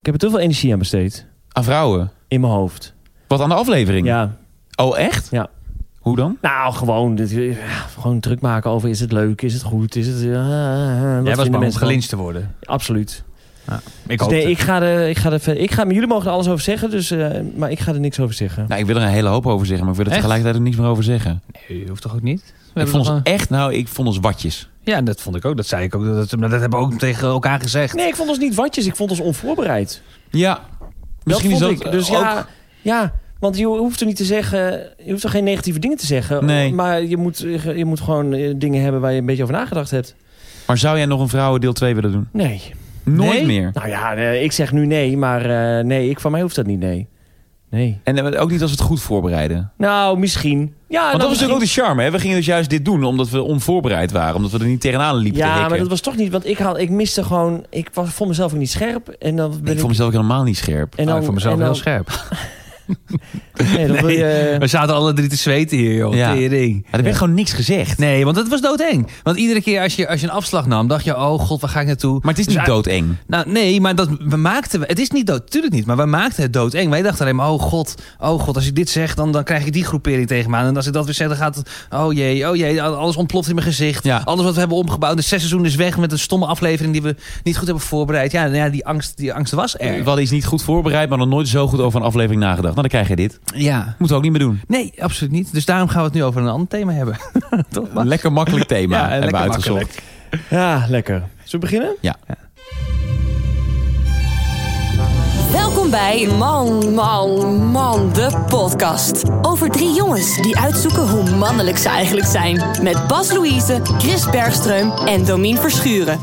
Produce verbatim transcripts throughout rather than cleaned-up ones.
heb er te veel energie aan besteed. Aan vrouwen? In mijn hoofd. Wat aan de aflevering? Ja. Oh, echt? Ja. Hoe dan? Nou, gewoon, dit, ja, gewoon druk maken over is het leuk, is het goed, is het... Uh, uh, Jij was bang om gelyncht te worden. Absoluut. Ja, ik dus nee, ik ga er, ik ga er, ik ga, jullie mogen er alles over zeggen, dus, uh, maar ik ga er niks over zeggen. Nou, ik wil er een hele hoop over zeggen, maar ik wil er echt? tegelijkertijd er niks meer over zeggen. Nee, je hoeft toch ook niet? We ik vond ons een... echt, nou, ik vond ons watjes. Ja, dat vond ik ook. Dat zei ik ook. Dat, dat hebben we ook tegen elkaar gezegd. Nee, ik vond ons niet watjes. Ik vond ons onvoorbereid. Ja. Misschien dat vond is dat ik. Dus ook... ja, ja, want je hoeft er niet te zeggen... Je hoeft er geen negatieve dingen te zeggen. Nee. Maar je moet, je moet gewoon dingen hebben waar je een beetje over nagedacht hebt. Maar zou jij nog een vrouwen deel twee willen doen? Nee. Nooit nee? meer? Nou ja, ik zeg nu nee. Maar uh, nee, ik, van mij hoeft dat niet, nee. Nee. En ook niet als we het goed voorbereiden? Nou, misschien. Ja, want dat was misschien... natuurlijk ook de charme. Hè? We gingen dus juist dit doen omdat we onvoorbereid waren. Omdat we er niet tegenaan liepen ja, te hikken. maar dat was toch niet... Want ik, had, ik miste gewoon... Ik was, vond mezelf ook niet scherp. En dan ben ik, ik ik vond mezelf ook helemaal niet scherp. En dan, oh, ik vond mezelf en dan... heel scherp. Nee, dat nee, je... We zaten alle drie te zweten hier, joh. Ja. Tering. Ja, er werd ja. gewoon niks gezegd. Nee, want het was doodeng. Want iedere keer als je, als je een afslag nam, dacht je... oh god, waar ga ik naartoe? Maar het is dus niet dus, doodeng. Nou, nee, maar dat, we maakten... Het is niet dood, natuurlijk niet. Maar we maakten het doodeng. Wij dachten alleen maar, oh god, oh god, als ik dit zeg... dan, dan krijg ik die groepering tegen me aan. En als ik dat weer zeg, dan gaat het... oh jee, oh jee, alles ontploft in mijn gezicht. Ja. Alles wat we hebben opgebouwd. De zes seizoen is weg met een stomme aflevering... die we niet goed hebben voorbereid. Ja, ja die, angst, die angst was er. We hadden iets niet goed voorbereid... maar nog nooit zo goed over een aflevering nagedacht. Nou, dan krijg je dit. Ja. Moeten we ook niet meer doen. Nee, absoluut niet. Dus daarom gaan we het nu over een ander thema hebben. Toch? Een lekker makkelijk thema ja, hebben we uitgezocht. Ja, lekker. Zullen we beginnen? Ja. ja. Welkom bij Man, Man, Man, de podcast. Over drie jongens die uitzoeken hoe mannelijk ze eigenlijk zijn. Met Bas Louise, Chris Bergström en Domien Verschuren.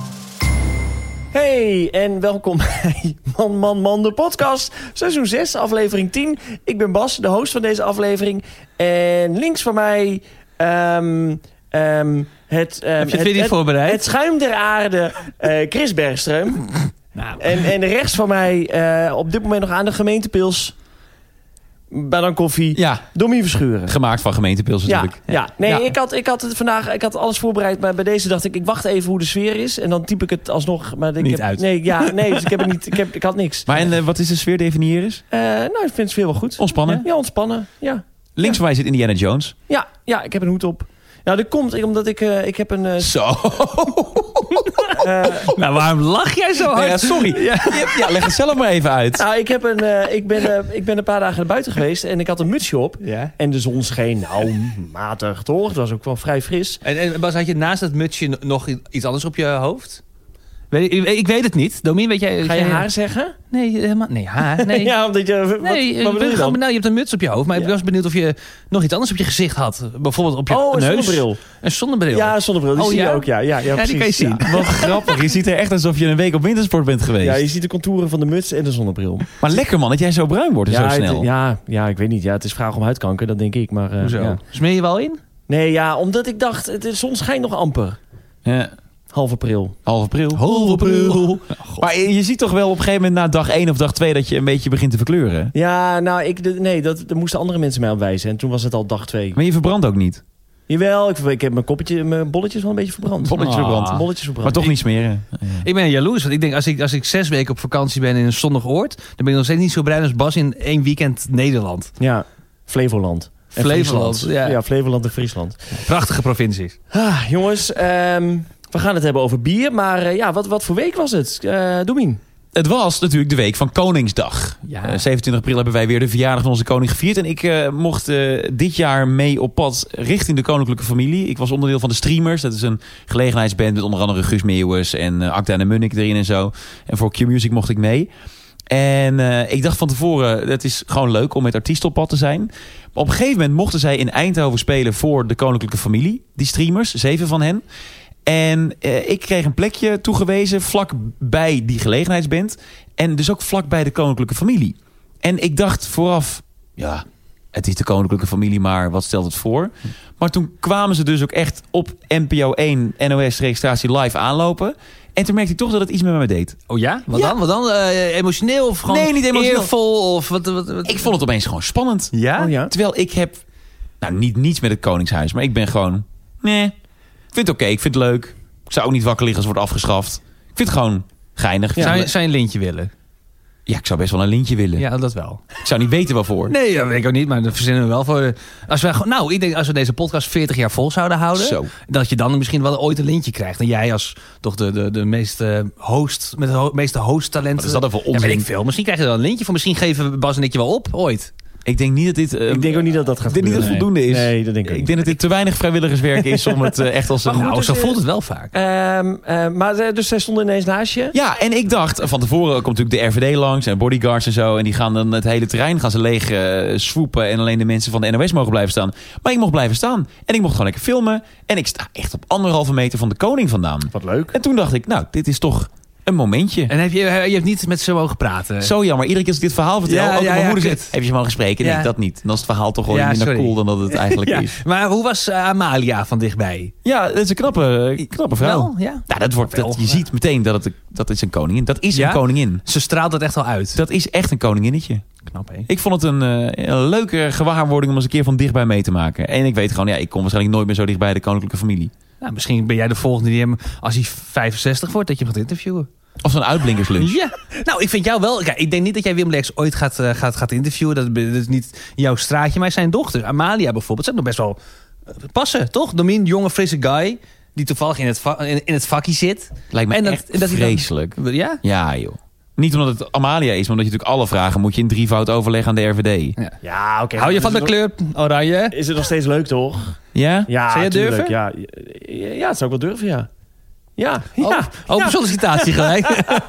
Hey, en welkom bij Man, Man, Man, de podcast. Seizoen zes, aflevering tien. Ik ben Bas, de host van deze aflevering. En links van mij... Um, um, het, um, Heb je het, het weer niet het, voorbereid? Het schuim der aarde, uh, Chris Bergström. Nou. En, en rechts van mij, uh, op dit moment nog aan de gemeentepils... bij dan koffie, ja. Domien Verschuren. Gemaakt van gemeentepils natuurlijk. Ja, ja. nee, ja. Ik, had, ik had het vandaag ik had alles voorbereid, maar bij deze dacht ik, ik wacht even hoe de sfeer is en dan typ ik het alsnog. Maar ik niet heb, uit. Nee, ja, nee, dus ik heb het niet. Ik, heb, ik had niks. Maar en uh, wat is de sfeer? Definieer eens. Uh, nou, ik vind de sfeer wel goed. Ontspannen. Ja, ja ontspannen. Ja. Links ja. van mij zit Indiana Jones. Ja, ja, ik heb een hoed op. Nou, dat komt omdat ik, uh, ik heb een... Uh, Zo. uh, nou, waarom lach jij zo hard? Nee, ja, sorry. Ja. ja, leg het zelf maar even uit. Nou, ik, heb een, uh, ik, ben, uh, ik ben een paar dagen naar buiten geweest en ik had een mutsje op. Ja. En de zon scheen, nou, matig toch? Het was ook wel vrij fris. En, en Bas, had je naast dat mutsje nog iets anders op je hoofd? Ik, ik weet het niet. Domien, weet jij... Ga je haar zeggen? Nee, helemaal... Nee, haar. Nee. ja, omdat je... Nee, wat, wat bedoel je dan? Nou, je hebt een muts op je hoofd. Maar ja. ik was benieuwd of je nog iets anders op je gezicht had. Bijvoorbeeld op je oh, een neus. zonnebril. Een zonnebril. Ja, een zonnebril. Die oh, zie ja? je ook, ja. Ja, ja, ja die kan je zien. Ja. Wat grappig. Je ziet er echt alsof je een week op wintersport bent geweest. Ja, je ziet de contouren van de muts en de zonnebril. Maar lekker man, dat jij zo bruin wordt en ja, zo snel. Het, ja, ja, ik weet niet. Ja, het is vraag om huidkanker, dat denk ik. Maar, uh, Hoezo? Ja. Smeer je wel in? Nee, ja, omdat ik dacht, de zon schijnt nog amper. Ja. Half april. Half april. Half april. Oh, maar je ziet toch wel op een gegeven moment na dag één of dag twee... dat je een beetje begint te verkleuren? Ja, nou, ik, de, nee, dat, daar moesten andere mensen mij op wijzen. En toen was het al dag twee. Maar je verbrandt ook niet? Jawel, ik, ik heb mijn koppetje, mijn bolletjes wel een beetje verbrand. Bolletjes ah. verbrand. Bolletjes verbrand. Maar toch niet smeren? Ja. Ik ben jaloers, want ik denk, als ik, als ik zes weken op vakantie ben in een zonnig oord... dan ben ik nog steeds niet zo bruin als Bas in één weekend Nederland. Ja, Flevoland. En Flevoland, ja. ja, Flevoland en Friesland. Prachtige provincies. Ah, jongens, um, we gaan het hebben over bier. Maar uh, ja, wat, wat voor week was het? Uh, Domien? Het was natuurlijk de week van Koningsdag. Ja. Uh, zevenentwintig april hebben wij weer de verjaardag van onze koning gevierd. En ik uh, mocht uh, dit jaar mee op pad richting de koninklijke familie. Ik was onderdeel van de Streamers. Dat is een gelegenheidsband met onder andere Guus Meeuwis en uh, Acta en de Munnik erin en zo. En voor Q-Music mocht ik mee. En uh, ik dacht van tevoren, het is gewoon leuk om met artiesten op pad te zijn. Maar op een gegeven moment mochten zij in Eindhoven spelen voor de koninklijke familie. Die Streamers, zeven van hen. En uh, ik kreeg een plekje toegewezen vlak bij die gelegenheidsband. En dus ook vlak bij de koninklijke familie. En ik dacht vooraf, ja, het is de koninklijke familie, maar wat stelt het voor? Maar toen kwamen ze dus ook echt op N P O één N O S-registratie live aanlopen. En toen merkte ik toch dat het iets met me deed. Oh ja? Wat ja. dan? Wat dan? Uh, emotioneel of gewoon nee, niet emotioneel. eervol? Of wat, wat, wat? Ik vond het opeens gewoon spannend. Ja? Oh, ja? Terwijl ik heb, nou niet niets met het Koningshuis, maar ik ben gewoon, nee, ik vind het oké, okay, ik vind het leuk. Ik zou ook niet wakker liggen als het wordt afgeschaft. Ik vind het gewoon geinig. Ja, zou, je, maar... zou je een lintje willen? Ja, ik zou best wel een lintje willen. Ja, dat wel. Ik zou niet weten waarvoor. Nee, dat weet ik ook niet, maar dat verzinnen we wel voor. Als we, nou, ik denk als we deze podcast veertig jaar vol zouden houden, Zo. dat je dan misschien wel ooit een lintje krijgt. En jij als toch de, de, de meeste host, met de ho- meeste hosttalenten. Wat is dat dan voor Ja, onzin? weet ik veel. Misschien krijg je dan een lintje voor. Misschien geven Bas en ik je wel op, ooit. Ik denk niet dat dit... Uh, Ik denk ook niet dat dat gaat dit niet gebeuren. het voldoende is. Nee, dat denk ik ook Ik denk dat dit te weinig vrijwilligerswerk is om het uh, echt als een... Maar nou, dus, zo eh, voelt het wel vaak. Ehm, eh, maar eh, dus zij stonden ineens naast je? Ja, en ik dacht, van tevoren komt natuurlijk de R V D langs en bodyguards en zo. En die gaan dan het hele terrein gaan ze leeg uh, swoepen. En alleen de mensen van de N O S mogen blijven staan. Maar ik mocht blijven staan. En ik mocht gewoon lekker filmen. En ik sta echt op anderhalve meter van de koning vandaan. Wat leuk. En toen dacht ik, nou, dit is toch een momentje. En heb je, je hebt niet met ze mogen praten? Zo jammer. Iedere keer als ik dit verhaal vertel, Ja, ook ja, mijn ja, moeder kut. zegt, heb je ze mogen spreken? Nee, Ja. dat niet. Dan is het verhaal toch wel Ja, minder sorry. cool dan dat het eigenlijk Ja, is. maar hoe was uh, Amalia van dichtbij? Ja, dat is een knappe, knappe vrouw. Wel, ja. Ja, dat wordt, Wel, dat, je ja. ziet meteen dat het dat is een koningin. Dat is Ja? een koningin. Ze straalt het echt al uit. Dat is echt een koninginnetje. Knap, hè? Ik vond het een, uh, een leuke gewaarwording om eens een keer van dichtbij mee te maken. En ik weet gewoon, ja, ik kom waarschijnlijk nooit meer zo dichtbij de koninklijke familie. Nou, misschien ben jij de volgende die hem, als hij vijfenzestig wordt, dat je hem gaat interviewen. Of zo'n uitblinkerslunch. Ja, nou, ik vind jou wel. Kijk, ik denk niet dat jij Wim Lex ooit gaat, uh, gaat, gaat interviewen. Dat, dat is niet jouw straatje, maar zijn dochter, Amalia bijvoorbeeld, zou nog best wel uh, passen, toch? Domien, jonge, frisse guy, die toevallig in het, va- in, in het vakje zit. Lijkt me En dat- echt dat hij dan- vreselijk. Ja? Ja, joh. Niet omdat het Amalia is, maar omdat je natuurlijk alle vragen moet je in drievoud overleggen aan de R V D. Ja. Ja, oké. Hou je van de Is kleur oranje? het nog- Is het nog steeds leuk, toch? Ja? Ja, Zou je tuurlijk, durven? Ja, ja, dat zou ik wel durven, ja. Ja, Oh, ja, open ja, sollicitatie gelijk.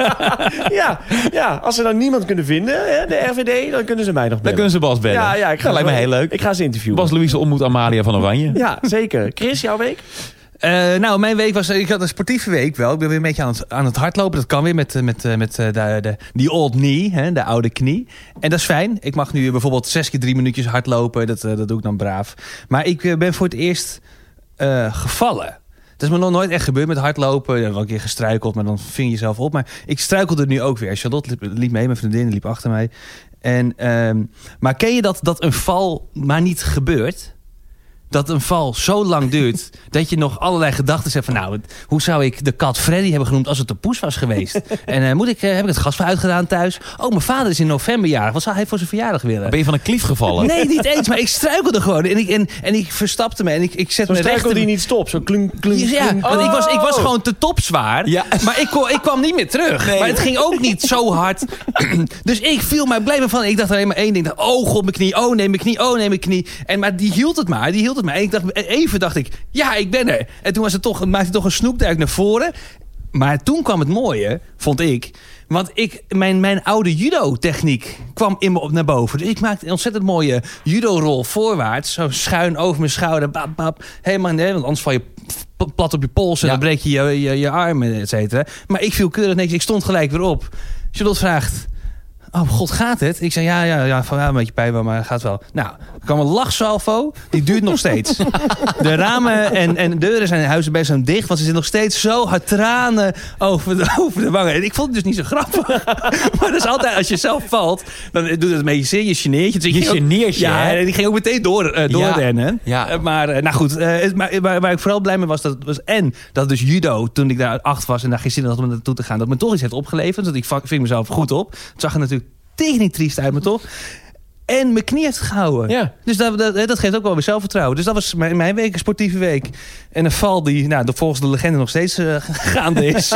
ja, ja. Als ze dan niemand kunnen vinden, hè, de R V D, dan kunnen ze mij nog Dan bellen. kunnen ze Bas bellen. Ja, ja, ik ga dat lijkt me heel leuk. Ik ga ze interviewen. Bas Louise ontmoet Amalia van Oranje. Ja, zeker. Chris, jouw week? Uh, nou, mijn week was... Ik had een sportieve week wel. Ik ben weer een beetje aan het, aan het hardlopen. Dat kan weer met, met, met, met de, de, die old knee, hè, de oude knie. En dat is fijn. Ik mag nu bijvoorbeeld zes keer drie minuutjes hardlopen. Dat, uh, dat doe ik dan braaf. Maar ik uh, ben voor het eerst uh, gevallen. Dat is me nog nooit echt gebeurd met hardlopen. Ik heb wel een keer gestruikeld, maar dan ving je jezelf op. Maar ik struikelde nu ook weer. Charlotte liep, liep mee, mijn vriendin liep achter mij. En, um, maar ken je dat, dat een val maar niet gebeurt? Dat een val zo lang duurt dat je nog allerlei gedachten hebt van... nou, hoe zou ik de kat Freddy hebben genoemd als het de poes was geweest? En uh, moet ik, uh, heb ik het gas voor uitgedaan thuis? Oh, mijn vader is in november jarig. Wat zou hij voor zijn verjaardag willen? Ben je van een klief gevallen? Nee, niet eens, maar ik struikelde gewoon. En ik, en, en ik verstapte me en ik, ik zet Zo'n me recht... struikel die niet stopt. Zo klunk, klunk, Ja, klunk. want ik was, ik was Oh. gewoon te topzwaar. Ja. Maar ik, kon, ik kwam niet meer terug. Nee. Maar het ging ook niet zo hard. Dus ik viel maar blij me van. Ik dacht alleen maar één ding. Ik dacht, oh god, mijn knie. Oh nee, mijn knie. Oh nee, mijn knie. En, maar die hield het maar. Die hield het maar. En ik dacht, even dacht ik, ja, ik ben er. En toen was het toch, maakte hij toch een snoepduik naar voren. Maar toen kwam het mooie, vond ik. Want ik, mijn, mijn oude judo-techniek kwam in me op naar boven. Dus ik maakte een ontzettend mooie judo-rol voorwaarts. Zo schuin over mijn schouder. Bap, bap. Helemaal nee, want anders val je p- plat op je pols. En Ja. dan breek je je, je je armen, et cetera. Maar ik viel keurig niks. Ik stond gelijk weer op. Charlotte vraagt... Oh god, gaat het? Ik zei ja, ja, ja, van, ja een beetje pijn, maar gaat wel. Nou, er kwam een lachsalvo, die duurt nog steeds. De ramen en, en deuren zijn in huizen best zo dicht, want ze zitten nog steeds zo hard tranen over de, over de wangen. En ik vond het dus niet zo grappig. Maar dat is altijd, als je zelf valt, dan doet het een beetje zeer, je geneert je. Dus ik Je ging ook- geneert je, Ja, hè? en die ging ook meteen door, uh, doorrennen. Ja. Uh, maar, uh, nou goed, uh, maar, waar, waar ik vooral blij mee was, dat was en dat dus judo, toen ik daar acht was en daar geen zin in had om naartoe te gaan, dat me toch iets heeft opgeleverd. Dat ik va- ving mezelf goed op. Het zag er natuurlijk tegen triest uit me toch. En mijn knie heeft gehouden. Ja. Dus dat, dat, dat geeft ook wel weer zelfvertrouwen. Dus dat was mijn, mijn week, een sportieve week. En een val die nou, volgens de legende nog steeds uh, gaande is.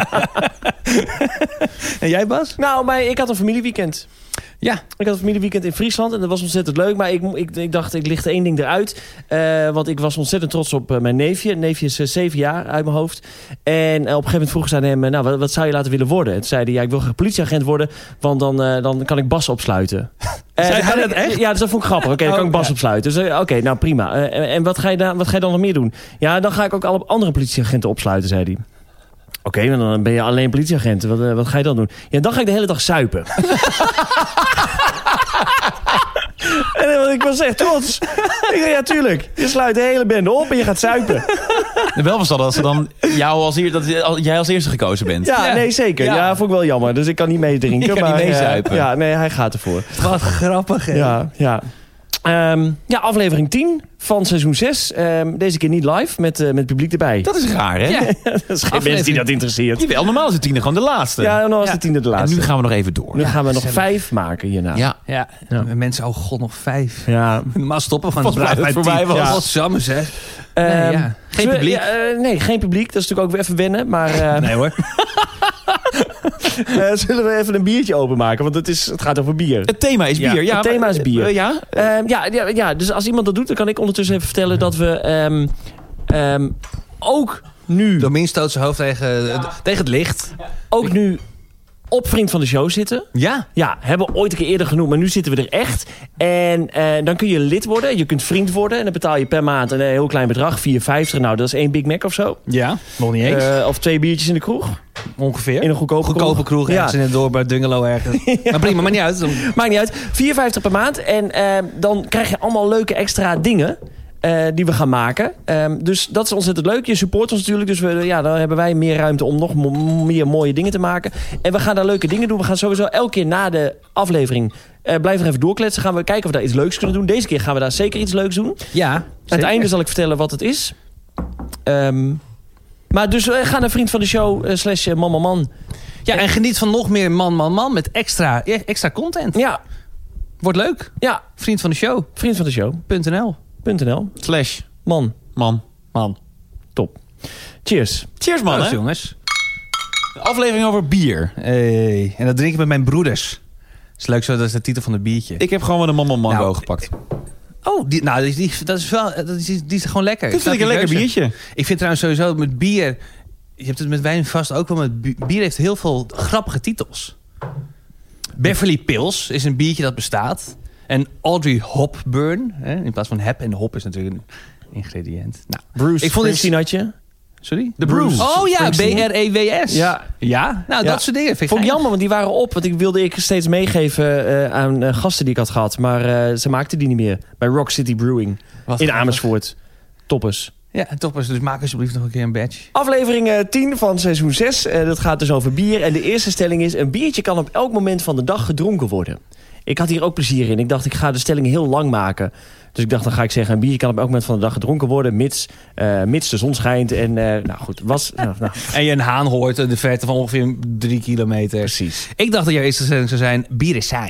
En jij, Bas? Nou, maar ik had een familieweekend. Ja. Ik had een familieweekend in Friesland en dat was ontzettend leuk. Maar ik, ik, ik dacht, ik licht één ding eruit. Uh, want ik was ontzettend trots op uh, mijn neefje. Neefje is uh, zeven jaar uit mijn hoofd. En uh, op een gegeven moment vroegen ze aan hem... Uh, nou, wat, wat zou je laten willen worden? En toen zei hij, ja, ik wil graag politieagent worden. Want dan, uh, dan kan ik Bas opsluiten. Uh, Zei hij kan dat ik- echt? Ja, dus dat vond ik grappig. Oké, okay, dan kan ik Oh, Bas ja. opsluiten. Dus uh, oké, okay, nou prima. Uh, en en wat, ga je dan, wat ga je dan nog meer doen? Ja, dan ga ik ook alle andere politieagenten opsluiten, zei hij. Oké, okay, dan ben je alleen politieagent. Wat, uh, wat ga je dan doen? Ja, dan ga ik de hele dag zuipen. En ik was echt trots. Ik dacht, ja, tuurlijk. Je sluit de hele bende op en je gaat zuipen. Wel was dat als ze dan jou als, eer, dat jij als eerste gekozen bent. Ja, Ja. nee, zeker. Ja. Ja. vond ik wel jammer. Dus ik kan niet meedrinken. Je kan maar, niet eh, meezuipen. Ja, nee, hij gaat ervoor. Wat grappig, hè? Ja, ja. Um, ja, aflevering tien van seizoen zes. Um, deze keer niet live, met, uh, met publiek erbij. Dat is raar, hè? Ja, dat is geen mensen die dat interesseert. Jawel, normaal is de tiende gewoon de laatste. Ja, normaal is Ja. de tiende de laatste. En nu gaan we nog even door. Nu gaan we nog gezellig. vijf maken hierna. Ja. Ja. Ja. Mensen, oh god, nog vijf. Ja. Normaal stoppen van Pas blij dat het voorbij was. Ja. Wat samen zeg. Um, Nee, ja. Geen zullen we- publiek. ja, uh, nee, geen publiek. Dat is natuurlijk ook weer even wennen. Maar uh, Nee hoor. uh, zullen we even een biertje openmaken? Want het, is, het gaat over bier. Het thema is Ja, bier. Ja, het thema maar- is bier. Uh, ja? Um, ja, ja, ja, dus als iemand dat doet, dan kan ik ondertussen even vertellen dat we um, um, ook nu... Domien stoot zijn hoofd tegen, tegen het licht. ook nu op Vriend van de Show zitten. Ja. Ja, hebben we ooit een keer eerder genoemd, maar nu zitten we er echt. En uh, dan kun je lid worden, je kunt vriend worden. En dan betaal je per maand een heel klein bedrag, vier vijftig. Nou, dat is één Big Mac of zo. Ja. Nog niet eens. Uh, of twee biertjes in de kroeg. Ongeveer. In een goedkope, Goedkope kroeg. Ja. Ergens in het dorp bij Dungelo ergens. Maar prima, maar niet uit. Dan... Maakt niet uit. vier vijftig per maand. En uh, dan krijg je allemaal leuke extra dingen. Uh, die we gaan maken. Um, dus dat is ontzettend leuk. Je support ons natuurlijk. Dus we, ja, dan hebben wij meer ruimte om nog mo- meer mooie dingen te maken. En we gaan daar leuke dingen doen. We gaan sowieso elke keer na de aflevering... Uh, blijven we even doorkletsen. Gaan we kijken of we daar iets leuks kunnen doen. Deze keer gaan we daar zeker iets leuks doen. Ja. Aan het einde zal ik vertellen wat het is. Um, maar dus uh, ga naar Vriend van de Show uh, slash uh, man man man. Ja, en geniet van nog meer man, man, man. Met extra, ja, extra content. Ja, Wordt leuk. ja. Vriend van de show. Vriend van de Show. .nl. .nl. Slash. Man. Man. Man. Top. Cheers. Cheers, man. Proost, Hè? jongens. Aflevering over bier. Hey. En dat drink ik met mijn broeders. Dat is leuk zo, dat is de titel van het biertje. Ik heb gewoon een man man mango Nou, gepakt. Oh, die, nou, die, die, dat is wel, dat is, die is gewoon lekker. Dit vind ik een lekker biertje. Ik vind trouwens sowieso met bier... Je hebt het met wijn vast ook wel. Met bi- bier heeft heel veel grappige titels. Beverly Pills is een biertje dat bestaat. En Audrey Hopburn. Hè, in plaats van hep. En hop is natuurlijk een ingrediënt. Nou, Bruce. ik vond dit... Springsteen. Sorry? De Bruce. Oh ja, B Springsteen. R E W S. Ja. Ja, nou Ja. dat soort dingen. Vind ik Vond ik geinig. jammer, want die waren op. Want ik wilde ik steeds meegeven uh, aan uh, gasten die ik had gehad. Maar uh, ze maakten die niet meer. Bij Rock City Brewing. Wat in grappig. Amersfoort. Toppers. Ja, toppers. Dus maak alsjeblieft nog een keer een badge. Aflevering uh, tien van seizoen zes. Uh, dat gaat dus over bier. En de eerste stelling is... een biertje kan op elk moment van de dag gedronken worden. Ik had hier ook plezier in. Ik dacht, ik ga de stelling heel lang maken. Dus ik dacht, dan ga ik zeggen... een biertje kan op elk moment van de dag gedronken worden... mits, uh, mits de zon schijnt. En uh, nou goed, was... Nou, nou, En je een haan hoort in de verte van ongeveer drie kilometer. precies. Ik dacht dat jouw eerste stelling zou zijn... bier is saai.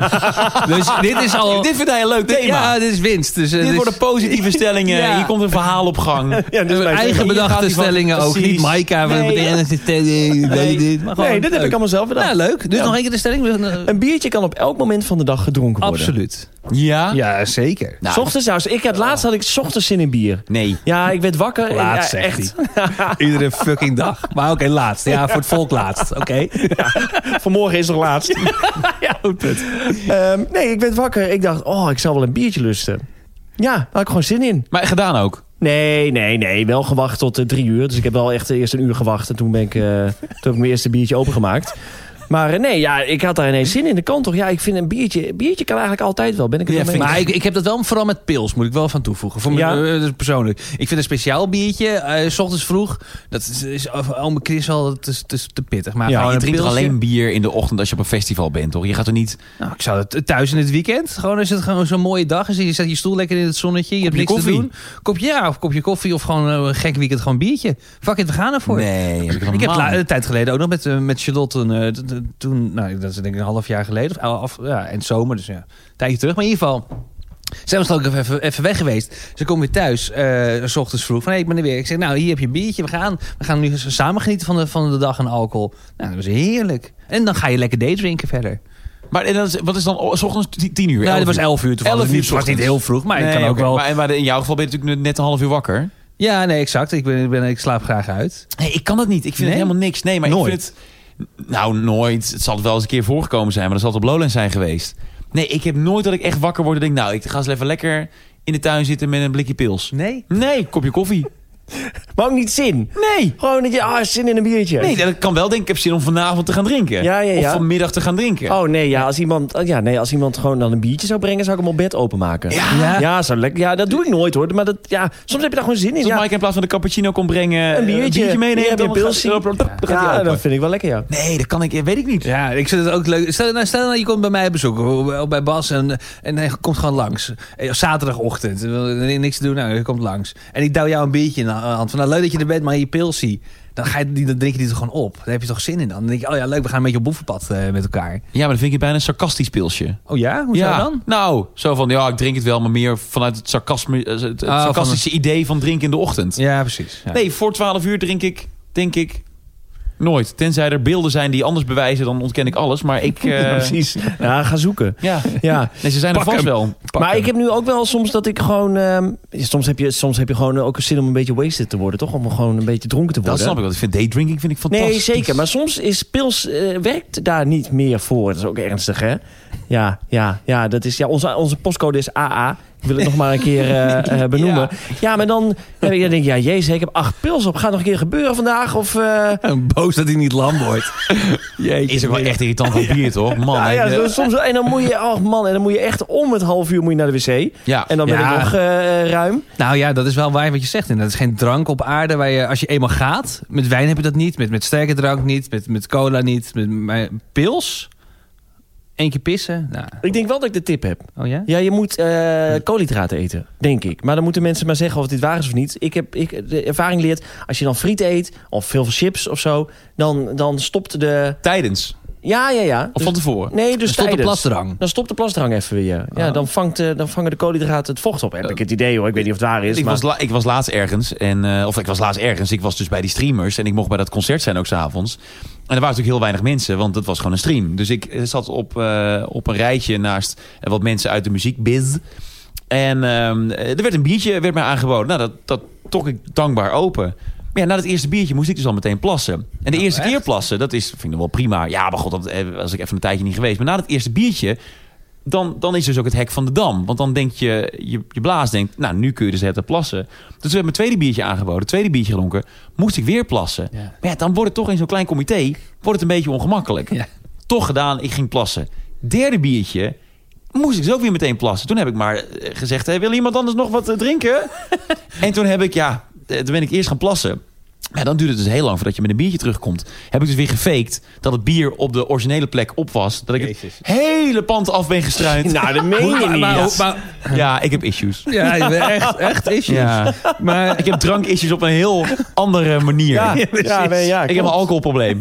Dus dit is al... Dit vind hij een leuk thema. Ja, dit is winst. Dus, uh, Dit dus- worden positieve stellingen. Ja. Hier komt een verhaal op gang. Ja, dus Uh, mijn- eigen Hier bedachte gaat hij van- stellingen ook. Precies. Niet Maika. van Nee, ja. nee, nee, dit. Maar gewoon Nee, dit heb leuk. ik allemaal zelf bedacht. Ja, leuk. Dus Ja. nog één keer de stelling. Een biertje kan op elk moment van de dag gedronken worden. Absoluut. Ja? Ja, zeker. Nou, S ochtends, nou, ik had, laatst had ik 's ochtends zin in bier. nee. Ja, ik werd wakker. en Laatst, ja, zegt echt. Iedere fucking dag. Maar oké, laatst. Ja, voor het volk laatst. Oké. Vanmorgen is nog laatst. ja, goed punt. Um, nee, ik werd wakker. Ik dacht, oh, ik zou wel een biertje lusten. Ja, daar had ik gewoon zin in. Maar gedaan ook. Nee, nee, nee. Wel gewacht tot uh, drie uur. Dus ik heb wel echt uh, eerst een uur gewacht. En toen, ben ik, uh, toen heb ik mijn eerste biertje opengemaakt. Maar uh, nee, ja, ik had daar ineens zin in. Dat kan toch? Ja, ik vind een biertje... Een biertje kan eigenlijk altijd wel. Ben ik het Ja, wel mee Maar eens. ik, ik heb dat wel vooral met pils, moet ik wel van toevoegen. Voor Ja. me, uh, persoonlijk. Ik vind een speciaal biertje, uh, 's ochtends vroeg, dat is, is ome Chris al te, te, te pittig. Maar Ja, gewoon je een drinkt toch pilsje. alleen bier in de ochtend als je op een festival bent, toch? Je gaat er niet... Nou, ik zou het thuis in het weekend. Gewoon is het gewoon zo'n mooie dag. En je zet je stoel lekker in het zonnetje. Je hebt niks koffie. te doen. Kopje, ja, of kopje koffie of gewoon een gek weekend gewoon biertje. Fuck it, we gaan ervoor. Nee, heb ik, Ik heb la- een tijd geleden ook nog met, uh, met Charlotte uh, t- t- toen, nou, dat is denk ik een half jaar geleden. Of elf, ja, en zomer, dus ja, een tijdje terug. Maar in ieder geval, zijn we geloof ik even, even weg geweest. Ze komen weer thuis, uh, 's ochtends vroeg. Van, hey, ik ben er weer. Ik zeg, nou, hier heb je een biertje. We gaan, we gaan nu samen genieten van de, van de dag en alcohol. Nou, dat was heerlijk. En dan ga je lekker daydrinken verder. Maar en dat is, wat is dan oh, 's ochtends ti- tien uur? Nou, elf dat was uur? elf uur toevallig. elf uur Het was niet ochtends. heel vroeg, maar ik Nee, kan ook oké. wel... Maar, maar in jouw geval ben je natuurlijk net een half uur wakker. Ja, nee, exact. Ik, ben, ik, ben, ik slaap graag uit. Nee, ik kan dat niet. Ik vind Nee? het helemaal niks. Nee, maar Nooit? ik vind het... Nou, nooit. Het zal wel eens een keer voorgekomen zijn, maar dat zal het op Lowlands zijn geweest. Nee, ik heb nooit dat ik echt wakker word en denk... nou, ik ga eens even lekker in de tuin zitten met een blikje pils. Nee? Nee, kopje koffie. Maar ook niet zin. Nee. Gewoon dat je, ah, zin in een biertje. Nee, dat kan wel denken, ik heb zin om vanavond te gaan drinken. Ja, ja, ja. Of vanmiddag te gaan drinken. Oh nee, ja, als iemand, ja, nee, als iemand gewoon dan een biertje zou brengen, zou ik hem op bed openmaken. Ja. Ja, ja, zo lekker. Ja, dat doe ik nooit hoor. Maar dat, ja, soms heb je daar gewoon zin in. Als Ja. Mike in plaats van de cappuccino kon brengen, Een biertje, een biertje meenemen, ja, dan een pilsie. gaat- dan gaat hij Ja, open. dat vind ik wel lekker, ja. Nee, dat kan ik, weet ik niet. Ja, ik vind het ook leuk. Stel nou, stel nou je komt bij mij op bezoek, of bij Bas, en, en hij komt gewoon langs. Eh, Zaterdagochtend, wil niks te doen, nou, je komt langs. En ik douw jou een biertje in de hand. Van, nou, leuk dat je er bent, maar je pilsie. Dan, ga je, die- dan drink je die toch gewoon op. Daar heb je toch zin in dan. Dan denk je, oh ja, leuk, we gaan een beetje op boevenpad uh, met elkaar. Ja, maar dan vind ik het bijna een sarcastisch pilsje. Oh ja? Hoe ja, dan? Nou, zo van, ja, ik drink het wel, maar meer vanuit het, sarcasme, het, het Ah, sarcastische idee van drinken in de ochtend. Ja, precies. Ja. Nee, voor twaalf uur drink ik, denk ik, nooit. Tenzij er beelden zijn die anders bewijzen, dan ontken ik alles. Maar ik... Uh, Ja, precies. Ja, ga zoeken. Ja. Ja. Nee, ze zijn er Pak vast hem. wel. Maar ik heb nu ook wel soms dat ik gewoon... Um, soms, heb je, soms heb je gewoon ook een zin om een beetje wasted te worden, toch? Om gewoon een beetje dronken te worden. Dat snap ik wel. Ik vind daydrinking vind ik fantastisch. Nee, zeker. Maar soms is pils uh, werkt daar niet meer voor. Dat is ook ernstig, hè? Ja, ja, ja. Dat is, ja onze, onze postcode is A A. Ik wil het nog maar een keer uh, uh, benoemen. Ja. ja, maar dan, dan denk ik, ja, jezus, ik heb acht pils op. Gaat nog een keer gebeuren vandaag? Of, uh... Boos dat hij niet lam wordt. Jeetje, is ook wel echt irritant van bier, toch? Man, ja, ja, de... soms, en dan moet je, oh man, en dan moet je echt om het half uur moet je naar de wc. Ja. En dan ben Ja. ik nog uh, ruim. Nou ja, dat is wel waar wat je zegt. En dat is geen drank op aarde waar je, als je eenmaal gaat... Met wijn heb je dat niet, met, met sterke drank niet, met, met cola niet, met, met pils... Eén keer pissen? Nou. Ik denk wel dat ik de tip heb. Oh ja? Ja, je moet uh, koolhydraten eten, denk ik. Maar dan moeten mensen maar zeggen of dit waar is of niet. Ik heb, ik, de ervaring leert, als je dan friet eet... of veel chips of zo... dan, dan stopt de... Tijdens? Ja, ja, ja. Of van tevoren? Nee, dus stopt de tijdens. plasdrang. Dan stopt de plasdrang even weer. Ja, Oh. dan, vangt, uh, dan vangen de koolhydraten het vocht op. Heb ik het idee hoor. Ik weet niet of het waar is. Ik, maar... was la- ik was laatst ergens. En, uh, of ik was laatst ergens. Ik was dus bij die streamers. En ik mocht bij dat concert zijn ook 's avonds. En er waren natuurlijk heel weinig mensen. Want het was gewoon een stream. Dus ik zat op, uh, op een rijtje naast uh, wat mensen uit de muziekbiz. En uh, er werd een biertje werd mij aangeboden. Nou, dat, dat trok ik dankbaar open. Maar ja, na het eerste biertje moest ik dus al meteen plassen. En de Nou, eerste echt? keer plassen, dat is, vind ik nog wel prima. Ja, maar god, dat was ik even een tijdje niet geweest. Maar na het eerste biertje, dan, dan is dus ook het hek van de dam. Want dan denkt je, je, je blaas denkt, nou, nu kun je dus het plassen. Dus we hebben mijn tweede biertje aangeboden, tweede biertje gedronken. Moest ik weer plassen. Ja. Maar ja, dan wordt het toch in zo'n klein comité, wordt het een beetje ongemakkelijk. Ja. Toch gedaan, ik ging plassen. Derde biertje, moest ik dus ook weer meteen plassen. Toen heb ik maar gezegd, hey, wil iemand anders nog wat uh, drinken? En toen heb ik, ja, toen ben ik eerst gaan plassen. Ja, dan duurt het dus heel lang voordat je met een biertje terugkomt. Heb ik dus weer gefaked dat het bier op de originele plek op was. Dat ik Jezus. het hele pand af ben gestruind. Nou, dat meen je Maar, niet. maar, maar, Ja, ik heb issues. ja, je bent echt, echt issues. Ja. Maar Ik heb drankissues op een heel andere manier. Ja, ja, nee, ja, ik heb een klopt. alcoholprobleem.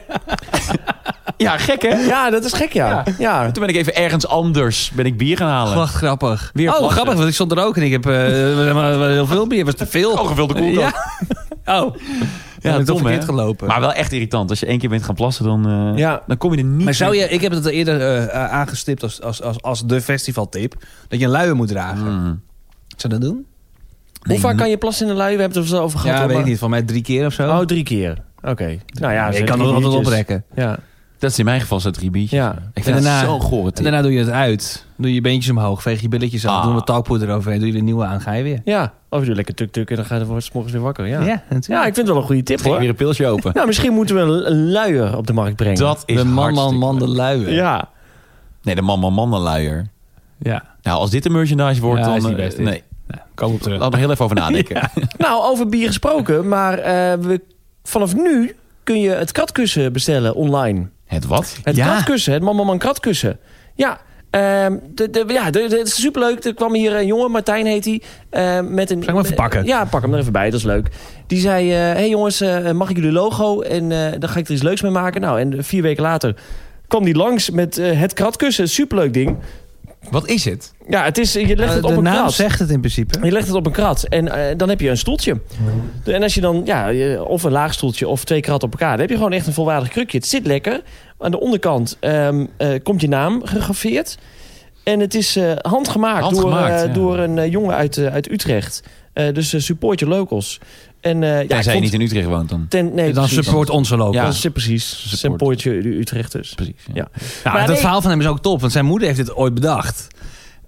Ja, gek hè? Ja, dat is gek, ja. ja. Toen ben ik even ergens anders ben ik bier gaan halen. wacht, grappig. Weer oh, plassen. grappig, want ik stond er ook en ik heb uh, heel veel bier. Was te veel. Oh, gevulde koelkast. Ja. Oh. Ja, Ja, het dom, toch verkeerd hè? gelopen. Maar wel echt irritant. Als je één keer bent gaan plassen, dan, uh, Ja. dan kom je er niet Maar zou meer- je, ik heb het eerder uh, aangestipt als, als, als, als de festivaltip, dat je een luier moet dragen. Mm. Zou je dat doen? Hoe vaak kan je plassen in een lui? We hebben het er over gehad. Ja, hoor, weet ik maar- niet. Van mij drie keer of zo. Oh, drie keer. Oké. Okay. Nou ja, je zeg kan drie er altijd biertjes. oprekken. Ja. Dat is in mijn geval zo drie biertjes. Ja. Ik En vind daarna, het zo'n gore en tip. daarna doe je het uit. Doe je beentjes omhoog, veeg je billetjes af, Ah. doe wat talkpoeder eroverheen, doe je weer nieuwe aan, ga je weer. Ja. Of je doet lekker tuk-tuk en dan ga je er 's morgens weer wakker. Ja. Ja, natuurlijk. ik vind het wel een goede tip Ging hoor. weer een pilsje open. Nou, misschien moeten we een, een luier op de markt brengen. Dat is de man, man, hartstikke man, de leuk. luier. Ja. Nee, de man, man, mannenluier. Ja. Nou, als dit een merchandise wordt, Ja, dan... is niet eh, best, dit. nee, Nou, kom op terug. laten we er heel even over nadenken. Nou, over bier gesproken. Maar uh, we, vanaf nu kun je het kratkussen bestellen online. Het wat? Het Ja. kratkussen, het man, man, man kratkussen. Ja, um, de, de, ja de, de, het is superleuk. Er kwam hier een jongen, Martijn heet hij. Uh, met een, Zal ik hem even pakken? Ja, pak hem er even bij, dat is leuk. Die zei, hé uh, hey jongens, uh, mag ik jullie logo? En uh, dan ga ik er iets leuks mee maken. Nou, en vier weken later kwam die langs met uh, het kratkussen. Superleuk ding. Wat is het? Ja, het is, je legt het de op een naam krat. zegt het in principe. Je legt het op een krat en uh, dan heb je een stoeltje. En als je dan, ja, je- of een laag stoeltje of twee kratten op elkaar... dan heb je gewoon echt een volwaardig krukje. Het zit lekker. Aan de onderkant um, uh, komt je naam gegraveerd. En het is uh, handgemaakt, Handgemaakt, door, uh, ja. door een uh, jongen uit, uh, uit Utrecht. Uh, dus uh, support je locals. En, uh, ja, ik Tenzij je vond- niet in Utrecht woont dan. ten, nee, Dan precies. support onze logo. Ja. Dat is precies. Support. Support je de Utrechters. Precies. Ja. Ja. Nou, Maar dat nee- verhaal van hem is ook top, want zijn moeder heeft dit ooit bedacht.